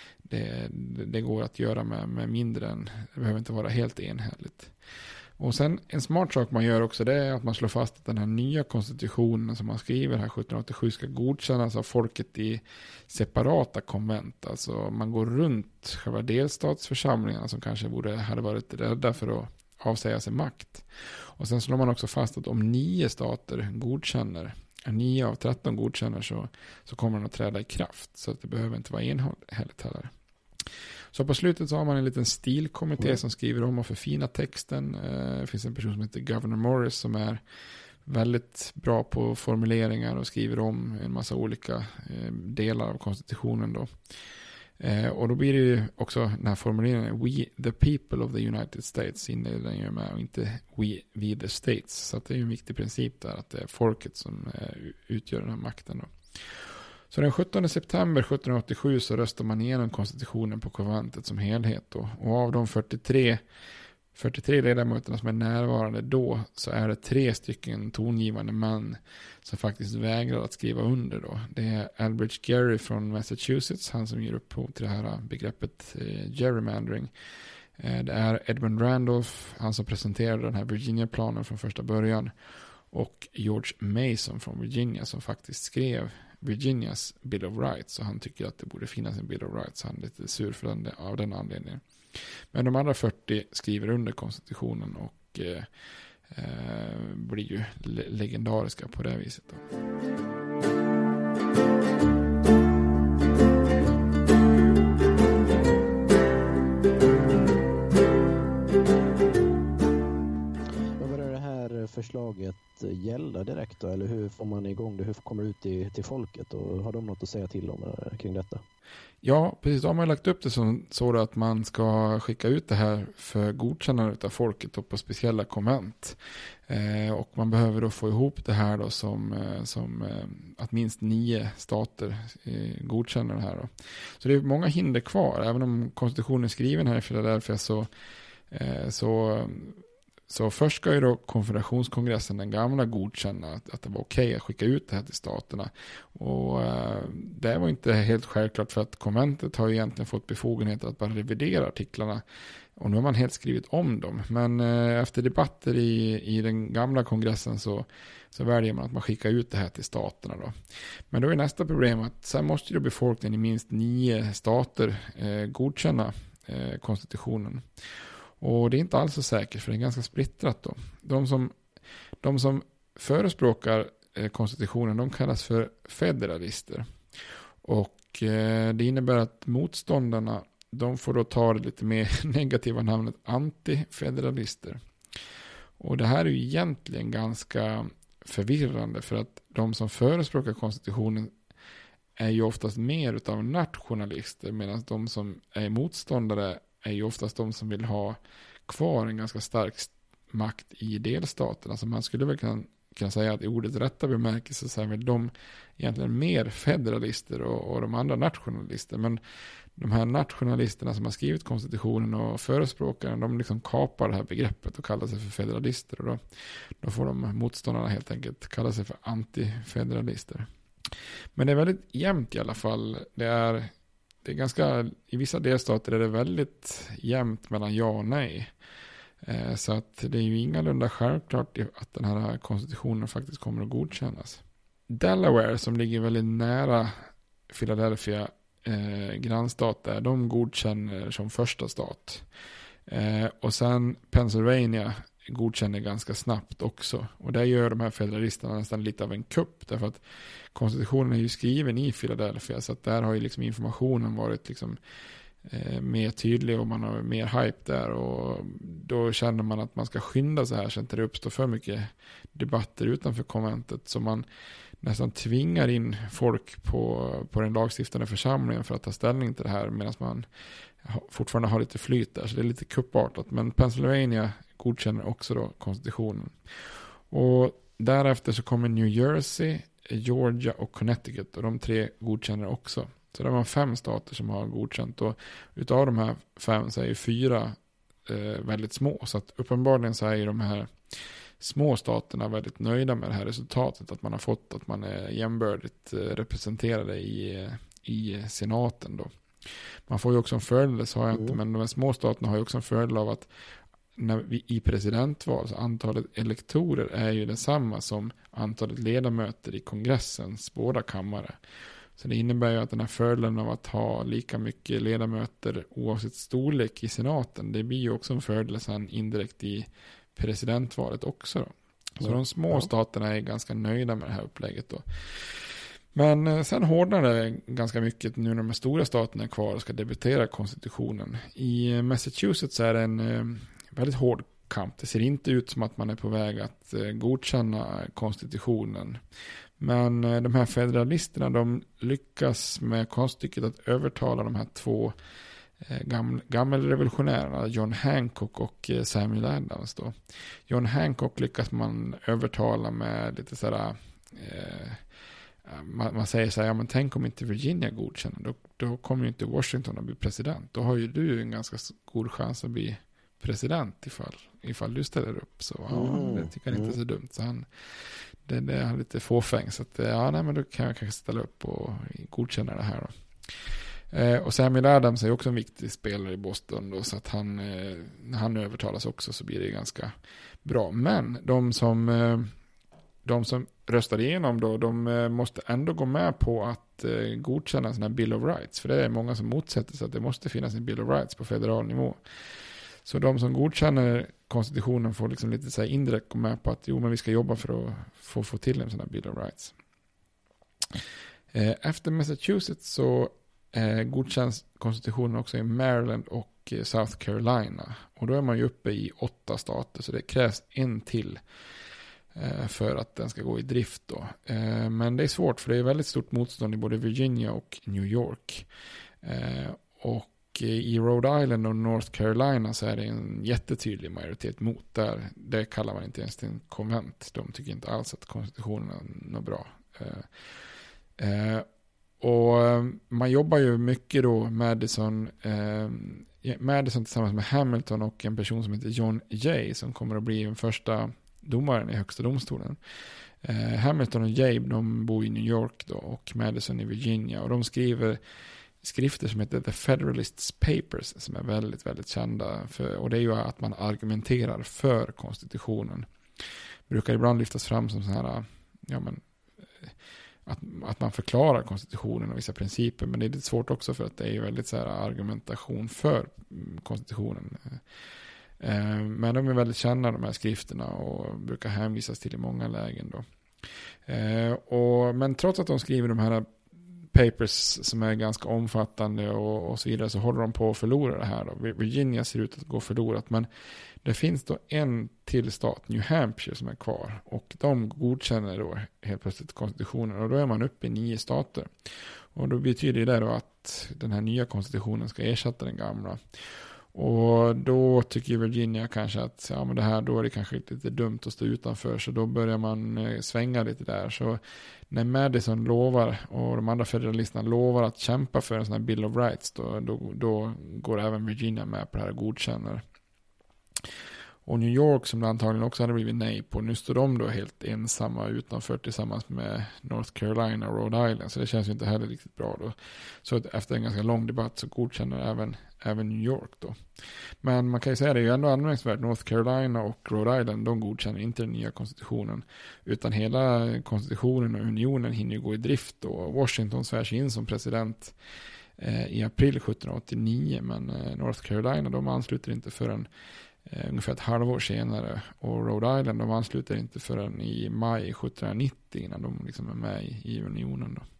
A: det går att göra med mindre än, det behöver inte vara helt enhälligt. Och sen en smart sak man gör också, det är att man slår fast att den här nya konstitutionen som man skriver här 1787 ska godkännas av folket i separata konvent. Alltså man går runt själva delstatsförsamlingarna som kanske hade varit rädda för att avsäga sig makt. Och sen slår man också fast att om 9 stater godkänner, 9 av 13 godkänner, så kommer den att träda i kraft. Så att det behöver inte vara enhälligt heller. Så på slutet så har man en liten stilkommitté som skriver om och förfinar texten. Det finns en person som heter Governor Morris som är väldigt bra på formuleringar och skriver om en massa olika delar av konstitutionen då. Och då blir det ju också den här formuleringen We the people of the United States inleder den ju med och inte we the states. Så att det är ju en viktig princip där att det är folket som utgör den här makten då. Så den 17 september 1787 så röstar man igenom konstitutionen på konventet som helhet då. Och av de 43 ledamöterna som är närvarande då så är det 3 stycken tongivande män som faktiskt vägrar att skriva under då. Det är Elbridge Gerry från Massachusetts, han som ger upphov till det här begreppet gerrymandering. Det är Edmund Randolph, han som presenterade den här Virginia-planen från första början, och George Mason från Virginia som faktiskt skrev Virginias Bill of Rights, så han tycker att det borde finnas en Bill of Rights. Han är lite sur av den anledningen. Men de andra 40 skriver under konstitutionen och blir ju legendariska på det viset då.
J: Förslaget gälla direkt då, eller hur får man igång det, hur kommer det ut till folket, och har de något att säga till om kring detta?
A: Ja, precis. Då har man lagt upp det så att man ska skicka ut det här för godkännande av folket och på speciella konvent. Och man behöver då få ihop det här då som att minst 9 stater godkänner det här då. Så det är många hinder kvar, även om konstitutionen är skriven här i Philadelphia så först ska ju då konfederationskongressen, den gamla, godkänna att det var okej att skicka ut det här till staterna. Och det var inte helt självklart, för att konventet har ju egentligen fått befogenhet att bara revidera artiklarna. Och nu har man helt skrivit om dem. Men efter debatter i den gamla kongressen så väljer man att man skickar ut det här till staterna då. Men då är nästa problem att sen måste ju befolkningen i minst 9 stater godkänna konstitutionen. Och det är inte alls så säkert, för det är ganska splittrat då. De som förespråkar konstitutionen, de kallas för federalister. Och det innebär att motståndarna, de får då ta det lite mer negativa namnet antifederalister. Och det här är ju egentligen ganska förvirrande, för att de som förespråkar konstitutionen är ju oftast mer utav nationalister, medan de som är motståndare är ju oftast de som vill ha kvar en ganska stark makt i delstaterna. Så man skulle väl kunna säga att i ordets rätta bemärkelse så är väl de egentligen mer federalister och de andra nationalister. Men de här nationalisterna som har skrivit konstitutionen och förespråkaren, de liksom kapar det här begreppet och kallar sig för federalister. Och då får de motståndarna helt enkelt kalla sig för antifederalister. Men det är väldigt jämnt i alla fall. Det är ganska, i vissa delstater är det väldigt jämnt mellan ja och nej. Så att det är ju ingalunda självklart att den här konstitutionen faktiskt kommer att godkännas. Delaware, som ligger väldigt nära Philadelphia, grannstat där, de godkänner som första stat. Och sen Pennsylvania godkänner ganska snabbt också. Och där gör de här federalisterna nästan lite av en kupp, därför att konstitutionen är ju skriven i Philadelphia, så att där har ju liksom informationen varit liksom mer tydlig och man har mer hype där, och då känner man att man ska skynda så här så att det uppstår för mycket debatter utanför konventet, så man nästan tvingar in folk på den lagstiftande församlingen för att ta ställning till det här, medan man fortfarande har lite flyt där, så det är lite kuppartat. Men Pennsylvania godkänner också då konstitutionen. Och därefter så kommer New Jersey, Georgia och Connecticut, och de 3 godkänner också. Så det var 5 stater som har godkänt, och utav de här 5 så är ju 4 väldigt små. Så att uppenbarligen så är ju de här små staterna väldigt nöjda med det här resultatet, att man har fått att man är jämbördigt representerade i senaten då. Man får ju också en fördel, det sa jag inte, men de här små staterna har ju också en fördel av att när vi i presidentval, så antalet elektorer är ju detsamma som antalet ledamöter i kongressens båda kammare. Så det innebär ju att den här fördelen av att ha lika mycket ledamöter oavsett storlek i senaten, det blir ju också en fördel sen indirekt i presidentvalet också då. Så de små staterna är ganska nöjda med det här upplägget då. Men sen hårdnar det ganska mycket nu när de stora staterna är kvar och ska debutera konstitutionen. I Massachusetts är det en väldigt hård kamp. Det ser inte ut som att man är på väg att godkänna konstitutionen. Men de här federalisterna, de lyckas med konststycket att övertala de här två gammelrevolutionärerna, John Hancock och Samuel Adams då. John Hancock lyckas man övertala med lite sådär man säger så här, ja men tänk om inte Virginia godkänner, då kommer ju inte Washington att bli president. Då har ju du en ganska god chans att bli president ifall du ställer upp. Så det tycker han inte är så dumt. Så det är lite fåfäng. Så att, men då kan jag kanske ställa upp och godkänna det här då. Och Samuel Adams är också en viktig spelare i Boston då, så att när han övertalas också så blir det ganska bra. Men de som röstar igenom då, de måste ändå gå med på att godkänna en sån här Bill of Rights. För det är många som motsätter sig att det måste finnas en Bill of Rights på federal nivå. Så de som godkänner konstitutionen får liksom lite så här indirekt gå med på att men vi ska jobba för att få till en sån här Bill of Rights. Efter Massachusetts så godkänns konstitutionen också i Maryland och South Carolina. Och då är man ju uppe i 8 stater, så det krävs en till för att den ska gå i drift då. Men det är svårt, för det är väldigt stort motstånd i både Virginia och New York. Och i Rhode Island och North Carolina så är det en jättetydlig majoritet mot där. Det kallar man inte ens till en konvent. De tycker inte alls att konstitutionen är något bra. Och man jobbar ju mycket då Madison tillsammans med Hamilton och en person som heter John Jay som kommer att bli den första domaren i högsta domstolen. Hamilton och Jay, de bor i New York då, och Madison i Virginia, och de skriver skrifter som heter The Federalists Papers som är väldigt, väldigt kända och det är ju att man argumenterar för konstitutionen. Brukar ibland lyftas fram som så här, att man förklarar konstitutionen och vissa principer, men det är lite svårt också för att det är ju väldigt så här argumentation för konstitutionen. Men de är väldigt kända, de här skrifterna, och brukar hänvisas till i många lägen då. Men trots att de skriver de här papers som är ganska omfattande och så vidare, så håller de på att förlora det här då. Virginia ser ut att gå förlorat, men det finns då en till stat, New Hampshire, som är kvar, och de godkänner då helt plötsligt konstitutionen, och då är man uppe i 9 stater. Och då betyder det då att den här nya konstitutionen ska ersätta den gamla. Och då tycker Virginia kanske att men det här, då är det kanske lite dumt att stå utanför, så då börjar man svänga lite där. Så när Madison lovar och de andra federalisterna lovar att kämpa för en sån här Bill of Rights, då går även Virginia med på det här och godkänner. Och New York, som antagligen också hade blivit nej på, nu står de då helt ensamma utanför tillsammans med North Carolina och Rhode Island, så det känns ju inte heller riktigt bra då. Så efter en ganska lång debatt så godkänner även New York då. Men man kan ju säga det är ju ändå anmärkningsvärt, North Carolina och Rhode Island, de godkänner inte den nya konstitutionen, utan hela konstitutionen och unionen hinner ju gå i drift då. Washington svärs in som president i april 1789, men North Carolina, de ansluter inte förrän ungefär ett halvår senare, och Rhode Island, de ansluter inte förrän i maj 1790 innan de liksom är med i unionen då.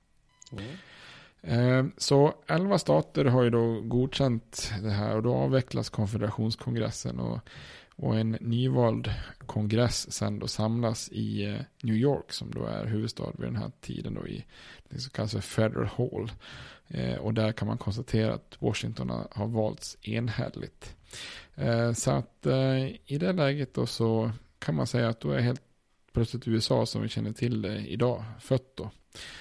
A: Så 11 stater har ju då godkänt det här, och då avvecklas konfederationskongressen, och en nyvald kongress sen då samlas i New York, som då är huvudstad vid den här tiden då, i det som kallas för Federal Hall, och där kan man konstatera att Washington har valts enhälligt. Så att i det läget då så kan man säga att då är helt plötsligt USA som vi känner till det idag fött då.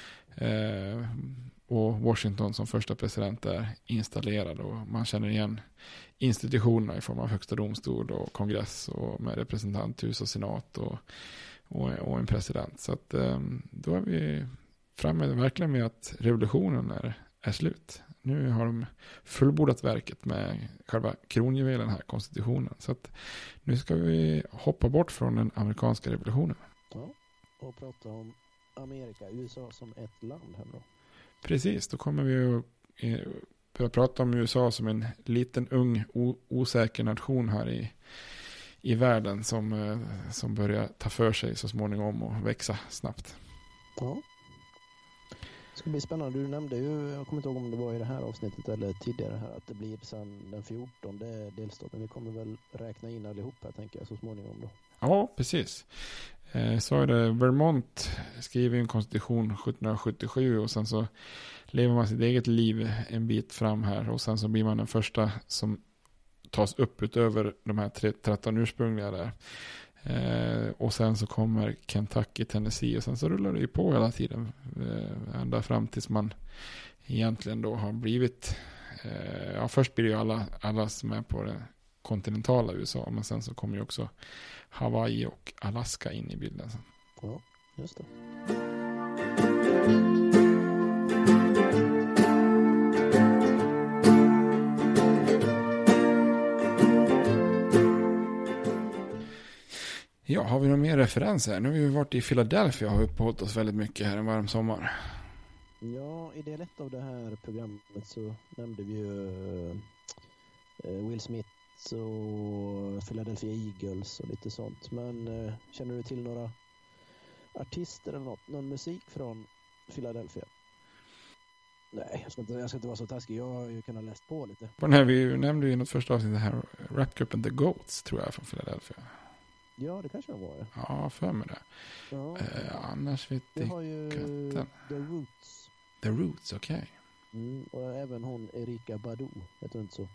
A: Och Washington som första president är installerad, och man känner igen institutionerna i form av högsta domstol och kongress och med representanthus och senat och en president. Så att då är vi framme verkligen med att revolutionen är slut. Nu har de fullbordat verket med själva kronjuvelen här, konstitutionen. Så att nu ska vi hoppa bort från den amerikanska revolutionen.
J: Ja, och prata om Amerika, USA som ett land här då.
A: Precis, då kommer vi att börja prata om USA som en liten, ung, osäker nation här i världen som börjar ta för sig så småningom och växa snabbt.
J: Ja. ska bli spännande. Du nämnde ju, jag kommer inte ihåg om det var i det här avsnittet eller tidigare här, att det blir sen den 14:e delstaten. Vi kommer väl räkna in allihop här, tänker jag, så småningom då.
A: Ja, precis. Så är det. Vermont skriver en konstitution 1777 och sen så lever man sitt eget liv en bit fram här och sen så blir man den första som tas upp utöver de här 13 ursprungliga där. Och sen så kommer Kentucky, Tennessee och sen så rullar det ju på hela tiden ända fram tills man egentligen då har blivit först blir det ju alla som är på det kontinentala USA, men sen så kommer ju också Hawaii och Alaska in i bilden sen.
J: Ja, just det.
A: Ja, har vi några mer referenser? Nu har vi ju varit i Philadelphia och har uppehållit oss väldigt mycket här en varm sommar.
J: Ja, i del 1 av det här programmet så nämnde vi ju Will Smith och Philadelphia Eagles och lite sånt. Men känner du till några artister eller någon musik från Philadelphia? Nej, jag ska inte vara så taskig. Jag har ju kunnat läst på lite.
A: På den här, vi nämnde ju i något första avsnitt här rapgruppen The Goats, tror jag, från Philadelphia.
J: Ja, det kanske var det.
A: Ja, för mig det.
J: Ja.
A: Annars vet
J: jag har ju The Roots.
A: The Roots, okej.
J: Okay. Och även hon Erykah Badu, vet du inte så?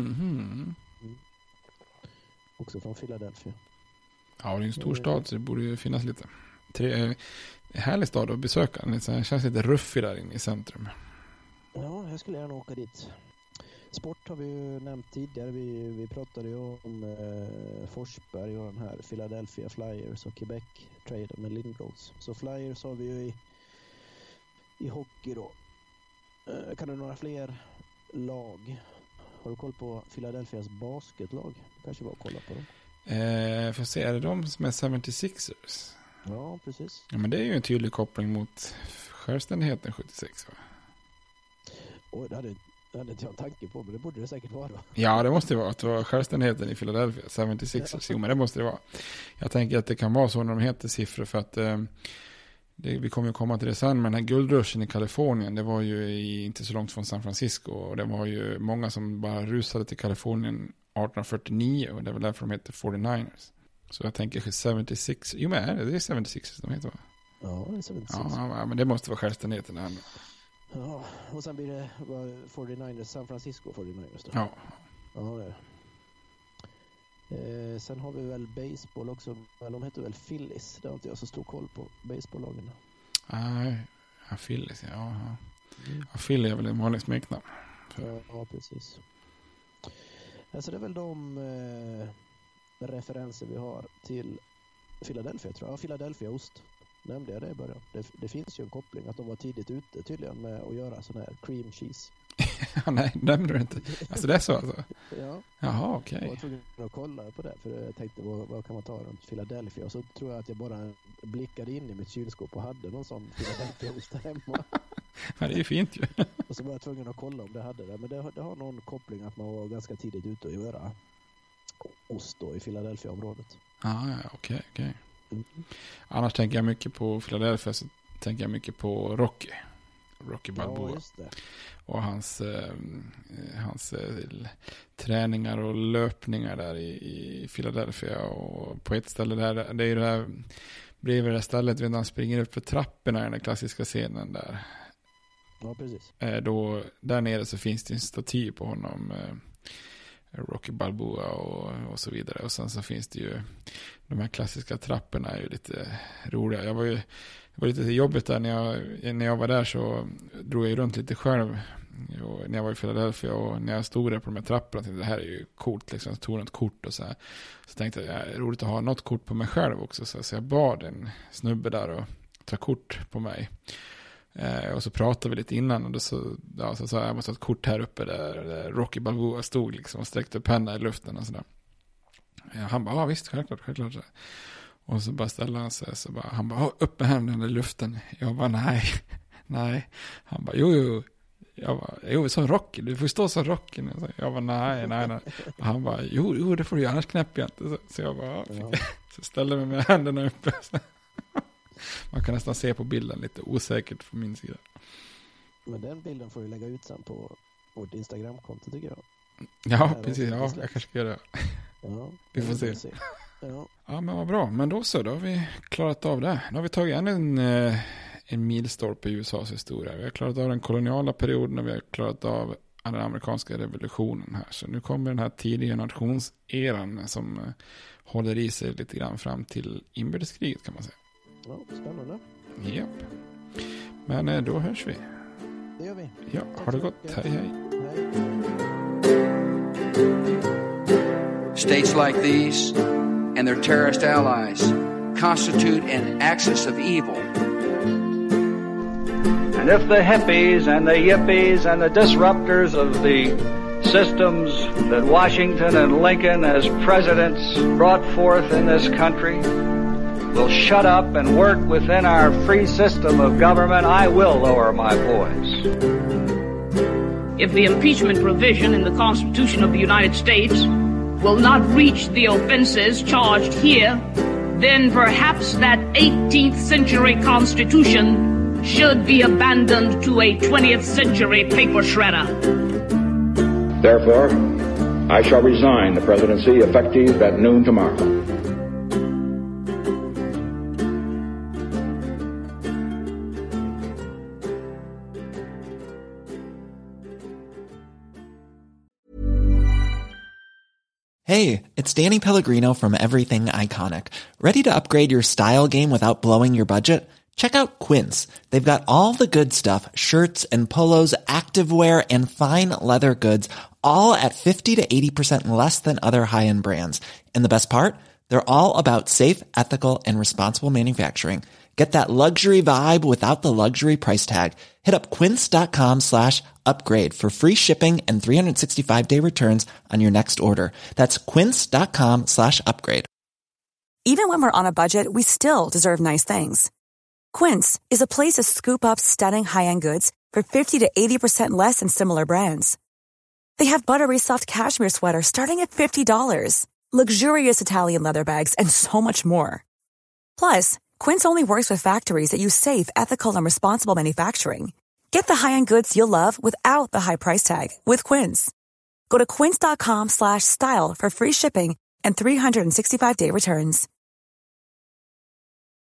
J: Också från Philadelphia.
A: Ja, det är en stor stad så det borde ju finnas lite. Härlig stad att besöka. Det känns lite ruffig där inne i centrum.
J: Ja, jag skulle gärna åka dit. Sport har vi ju nämnt tidigare. Vi pratade ju om Forsberg och den här Philadelphia Flyers och Quebec-traden med Lindros. Så Flyers har vi ju i hockey då. Kan du några fler lag? Har du koll på Philadelphias basketlag? Kanske bara kolla på dem.
A: Får se, är det de som är 76ers?
J: Ja, precis.
A: Ja, men det är ju en tydlig koppling mot självständigheten 76, va?
J: Och det hade inte jag en tanke på, men det borde det säkert vara då.
A: Ja, det måste det vara. Att det var självständigheten i Philadelphia, 76ers. Jo, men det måste det vara. Jag tänker att det kan vara så när de heter siffror för att vi kommer ju komma till det sen, men den här guldruschen i Kalifornien, det var ju inte så långt från San Francisco och det var ju många som bara rusade till Kalifornien 1849 och det var därför de heter 49ers. Så jag tänker 76, jo men det är 76 de heter, va?
J: Ja, det är 76.
A: Ja, men det måste vara självständigheten här.
J: Ja, och sen blir det 49ers, San Francisco 49ers då.
A: Ja.
J: Ja, det är. Sen har vi väl baseball också. De heter väl Phillies. Det har inte jag så stor koll på baseballlagen.
A: Nej, Phillies, ja. Ja, Philly är väl en vanlig smeknamn.
J: Ja, precis. Alltså det är väl de referenser vi har till Philadelphia, tror jag. Philadelphia-ost. Nämnde jag det i början. Det finns ju en koppling att de var tidigt ute tydligen med att göra sån här cream cheese.
A: Nej, nämnde du inte. Alltså det är så alltså?
J: Ja.
A: Jaha, okej.
J: Jag var tvungen att kolla på det, för jag tänkte vad kan man ta runt Philadelphia, och så tror jag att jag bara blickade in i mitt kylskåp och hade någon sån Philadelphia-ost hemma.
A: Ja, det är ju fint ju.
J: Och så var jag tvungen att kolla om det hade det, men det har någon koppling att man var ganska tidigt ute att göra ost då i Philadelphia-området.
A: Ja, okej. Annars tänker jag mycket på Philadelphia, så tänker jag mycket på Rocky Balboa.
J: Ja, just det.
A: Och hans träningar och löpningar där i Philadelphia. Och på ett ställe där, det är ju det här bredvid det stället när han springer upp för trapporna i den där klassiska scenen där.
J: Ja, precis.
A: Då, där nere så finns det en staty på honom, Rocky Balboa och så vidare. Och sen så finns det ju de här klassiska trapporna är ju lite roliga. Det var lite jobbigt där när jag var där, så drog jag runt lite själv och när jag var i Philadelphia, och när jag stod där på de här trapporna tänkte det här är ju coolt liksom, jag tog något kort och så här. Så tänkte jag, det är roligt att ha något kort på mig själv också, så jag bad en snubbe där och ta kort på mig. Och så pratade vi lite innan, och då så sa jag måste ha ett kort här uppe där Rocky Balboa stod liksom och sträckte upp händerna i luften och sådär. Han bara, ja visst, självklart. Och så bara ställde han sig, så bara, han bara, upp med händerna i luften. Jag bara, nej. Han bara, jo. Jag bara, jo, som Rocky, du får stå som Rocky. Jag bara, nej. Och han bara, jo, det får du, annars knäpper jag inte. Så jag bara, så ställde mig med händerna uppe. Man kan nästan se på bilden lite osäkert från min sida.
J: Men den bilden får vi lägga ut sen på vårt Instagram-konto tycker jag.
A: Ja, precis. Ja, jag kanske ska göra det.
J: Ja,
A: vi får se.
J: Ja,
A: men vad bra. Men då har vi klarat av det. Nu har vi tagit en milstolpe i USAs historia. Vi har klarat av den koloniala perioden och vi har klarat av den amerikanska revolutionen här. Så nu kommer den här tidiga nationseran som håller i sig lite grann fram till inbördeskriget kan man säga.
J: Ja, spännande.
A: Japp. Men då hörs vi.
J: Det gör vi.
A: Ja, ha det gott. Hej, hej.
L: States like these and their terrorist allies constitute an axis of evil.
M: And if the hippies and the yippies and the disruptors of the systems that Washington and Lincoln as presidents brought forth in this country will shut up and work within our free system of government, I will lower my voice.
N: If the impeachment provision in the Constitution of the United States will not reach the offenses charged here, then perhaps that 18th century Constitution should be abandoned to a 20th century paper shredder.
F: Therefore, I shall resign the presidency effective at noon tomorrow.
O: Hey, it's Danny Pellegrino from Everything Iconic. Ready to upgrade your style game without blowing your budget? Check out Quince. They've got all the good stuff, shirts and polos, activewear, and fine leather goods, all at 50 to 80% less than other high-end brands. And the best part? They're all about safe, ethical, and responsible manufacturing. Get that luxury vibe without the luxury price tag. Hit up quince.com/upgrade for free shipping and 365-day returns on your next order. That's quince.com/upgrade.
K: Even when we're on a budget, we still deserve nice things. Quince is a place to scoop up stunning high-end goods for 50 to 80% less than similar brands. They have buttery soft cashmere sweaters starting at $50, luxurious Italian leather bags, and so much more. Plus, Quince only works with factories that use safe, ethical, and responsible manufacturing. Get the high-end goods you'll love without the high price tag with Quince. Go to quince.com/style for free shipping and 365-day returns.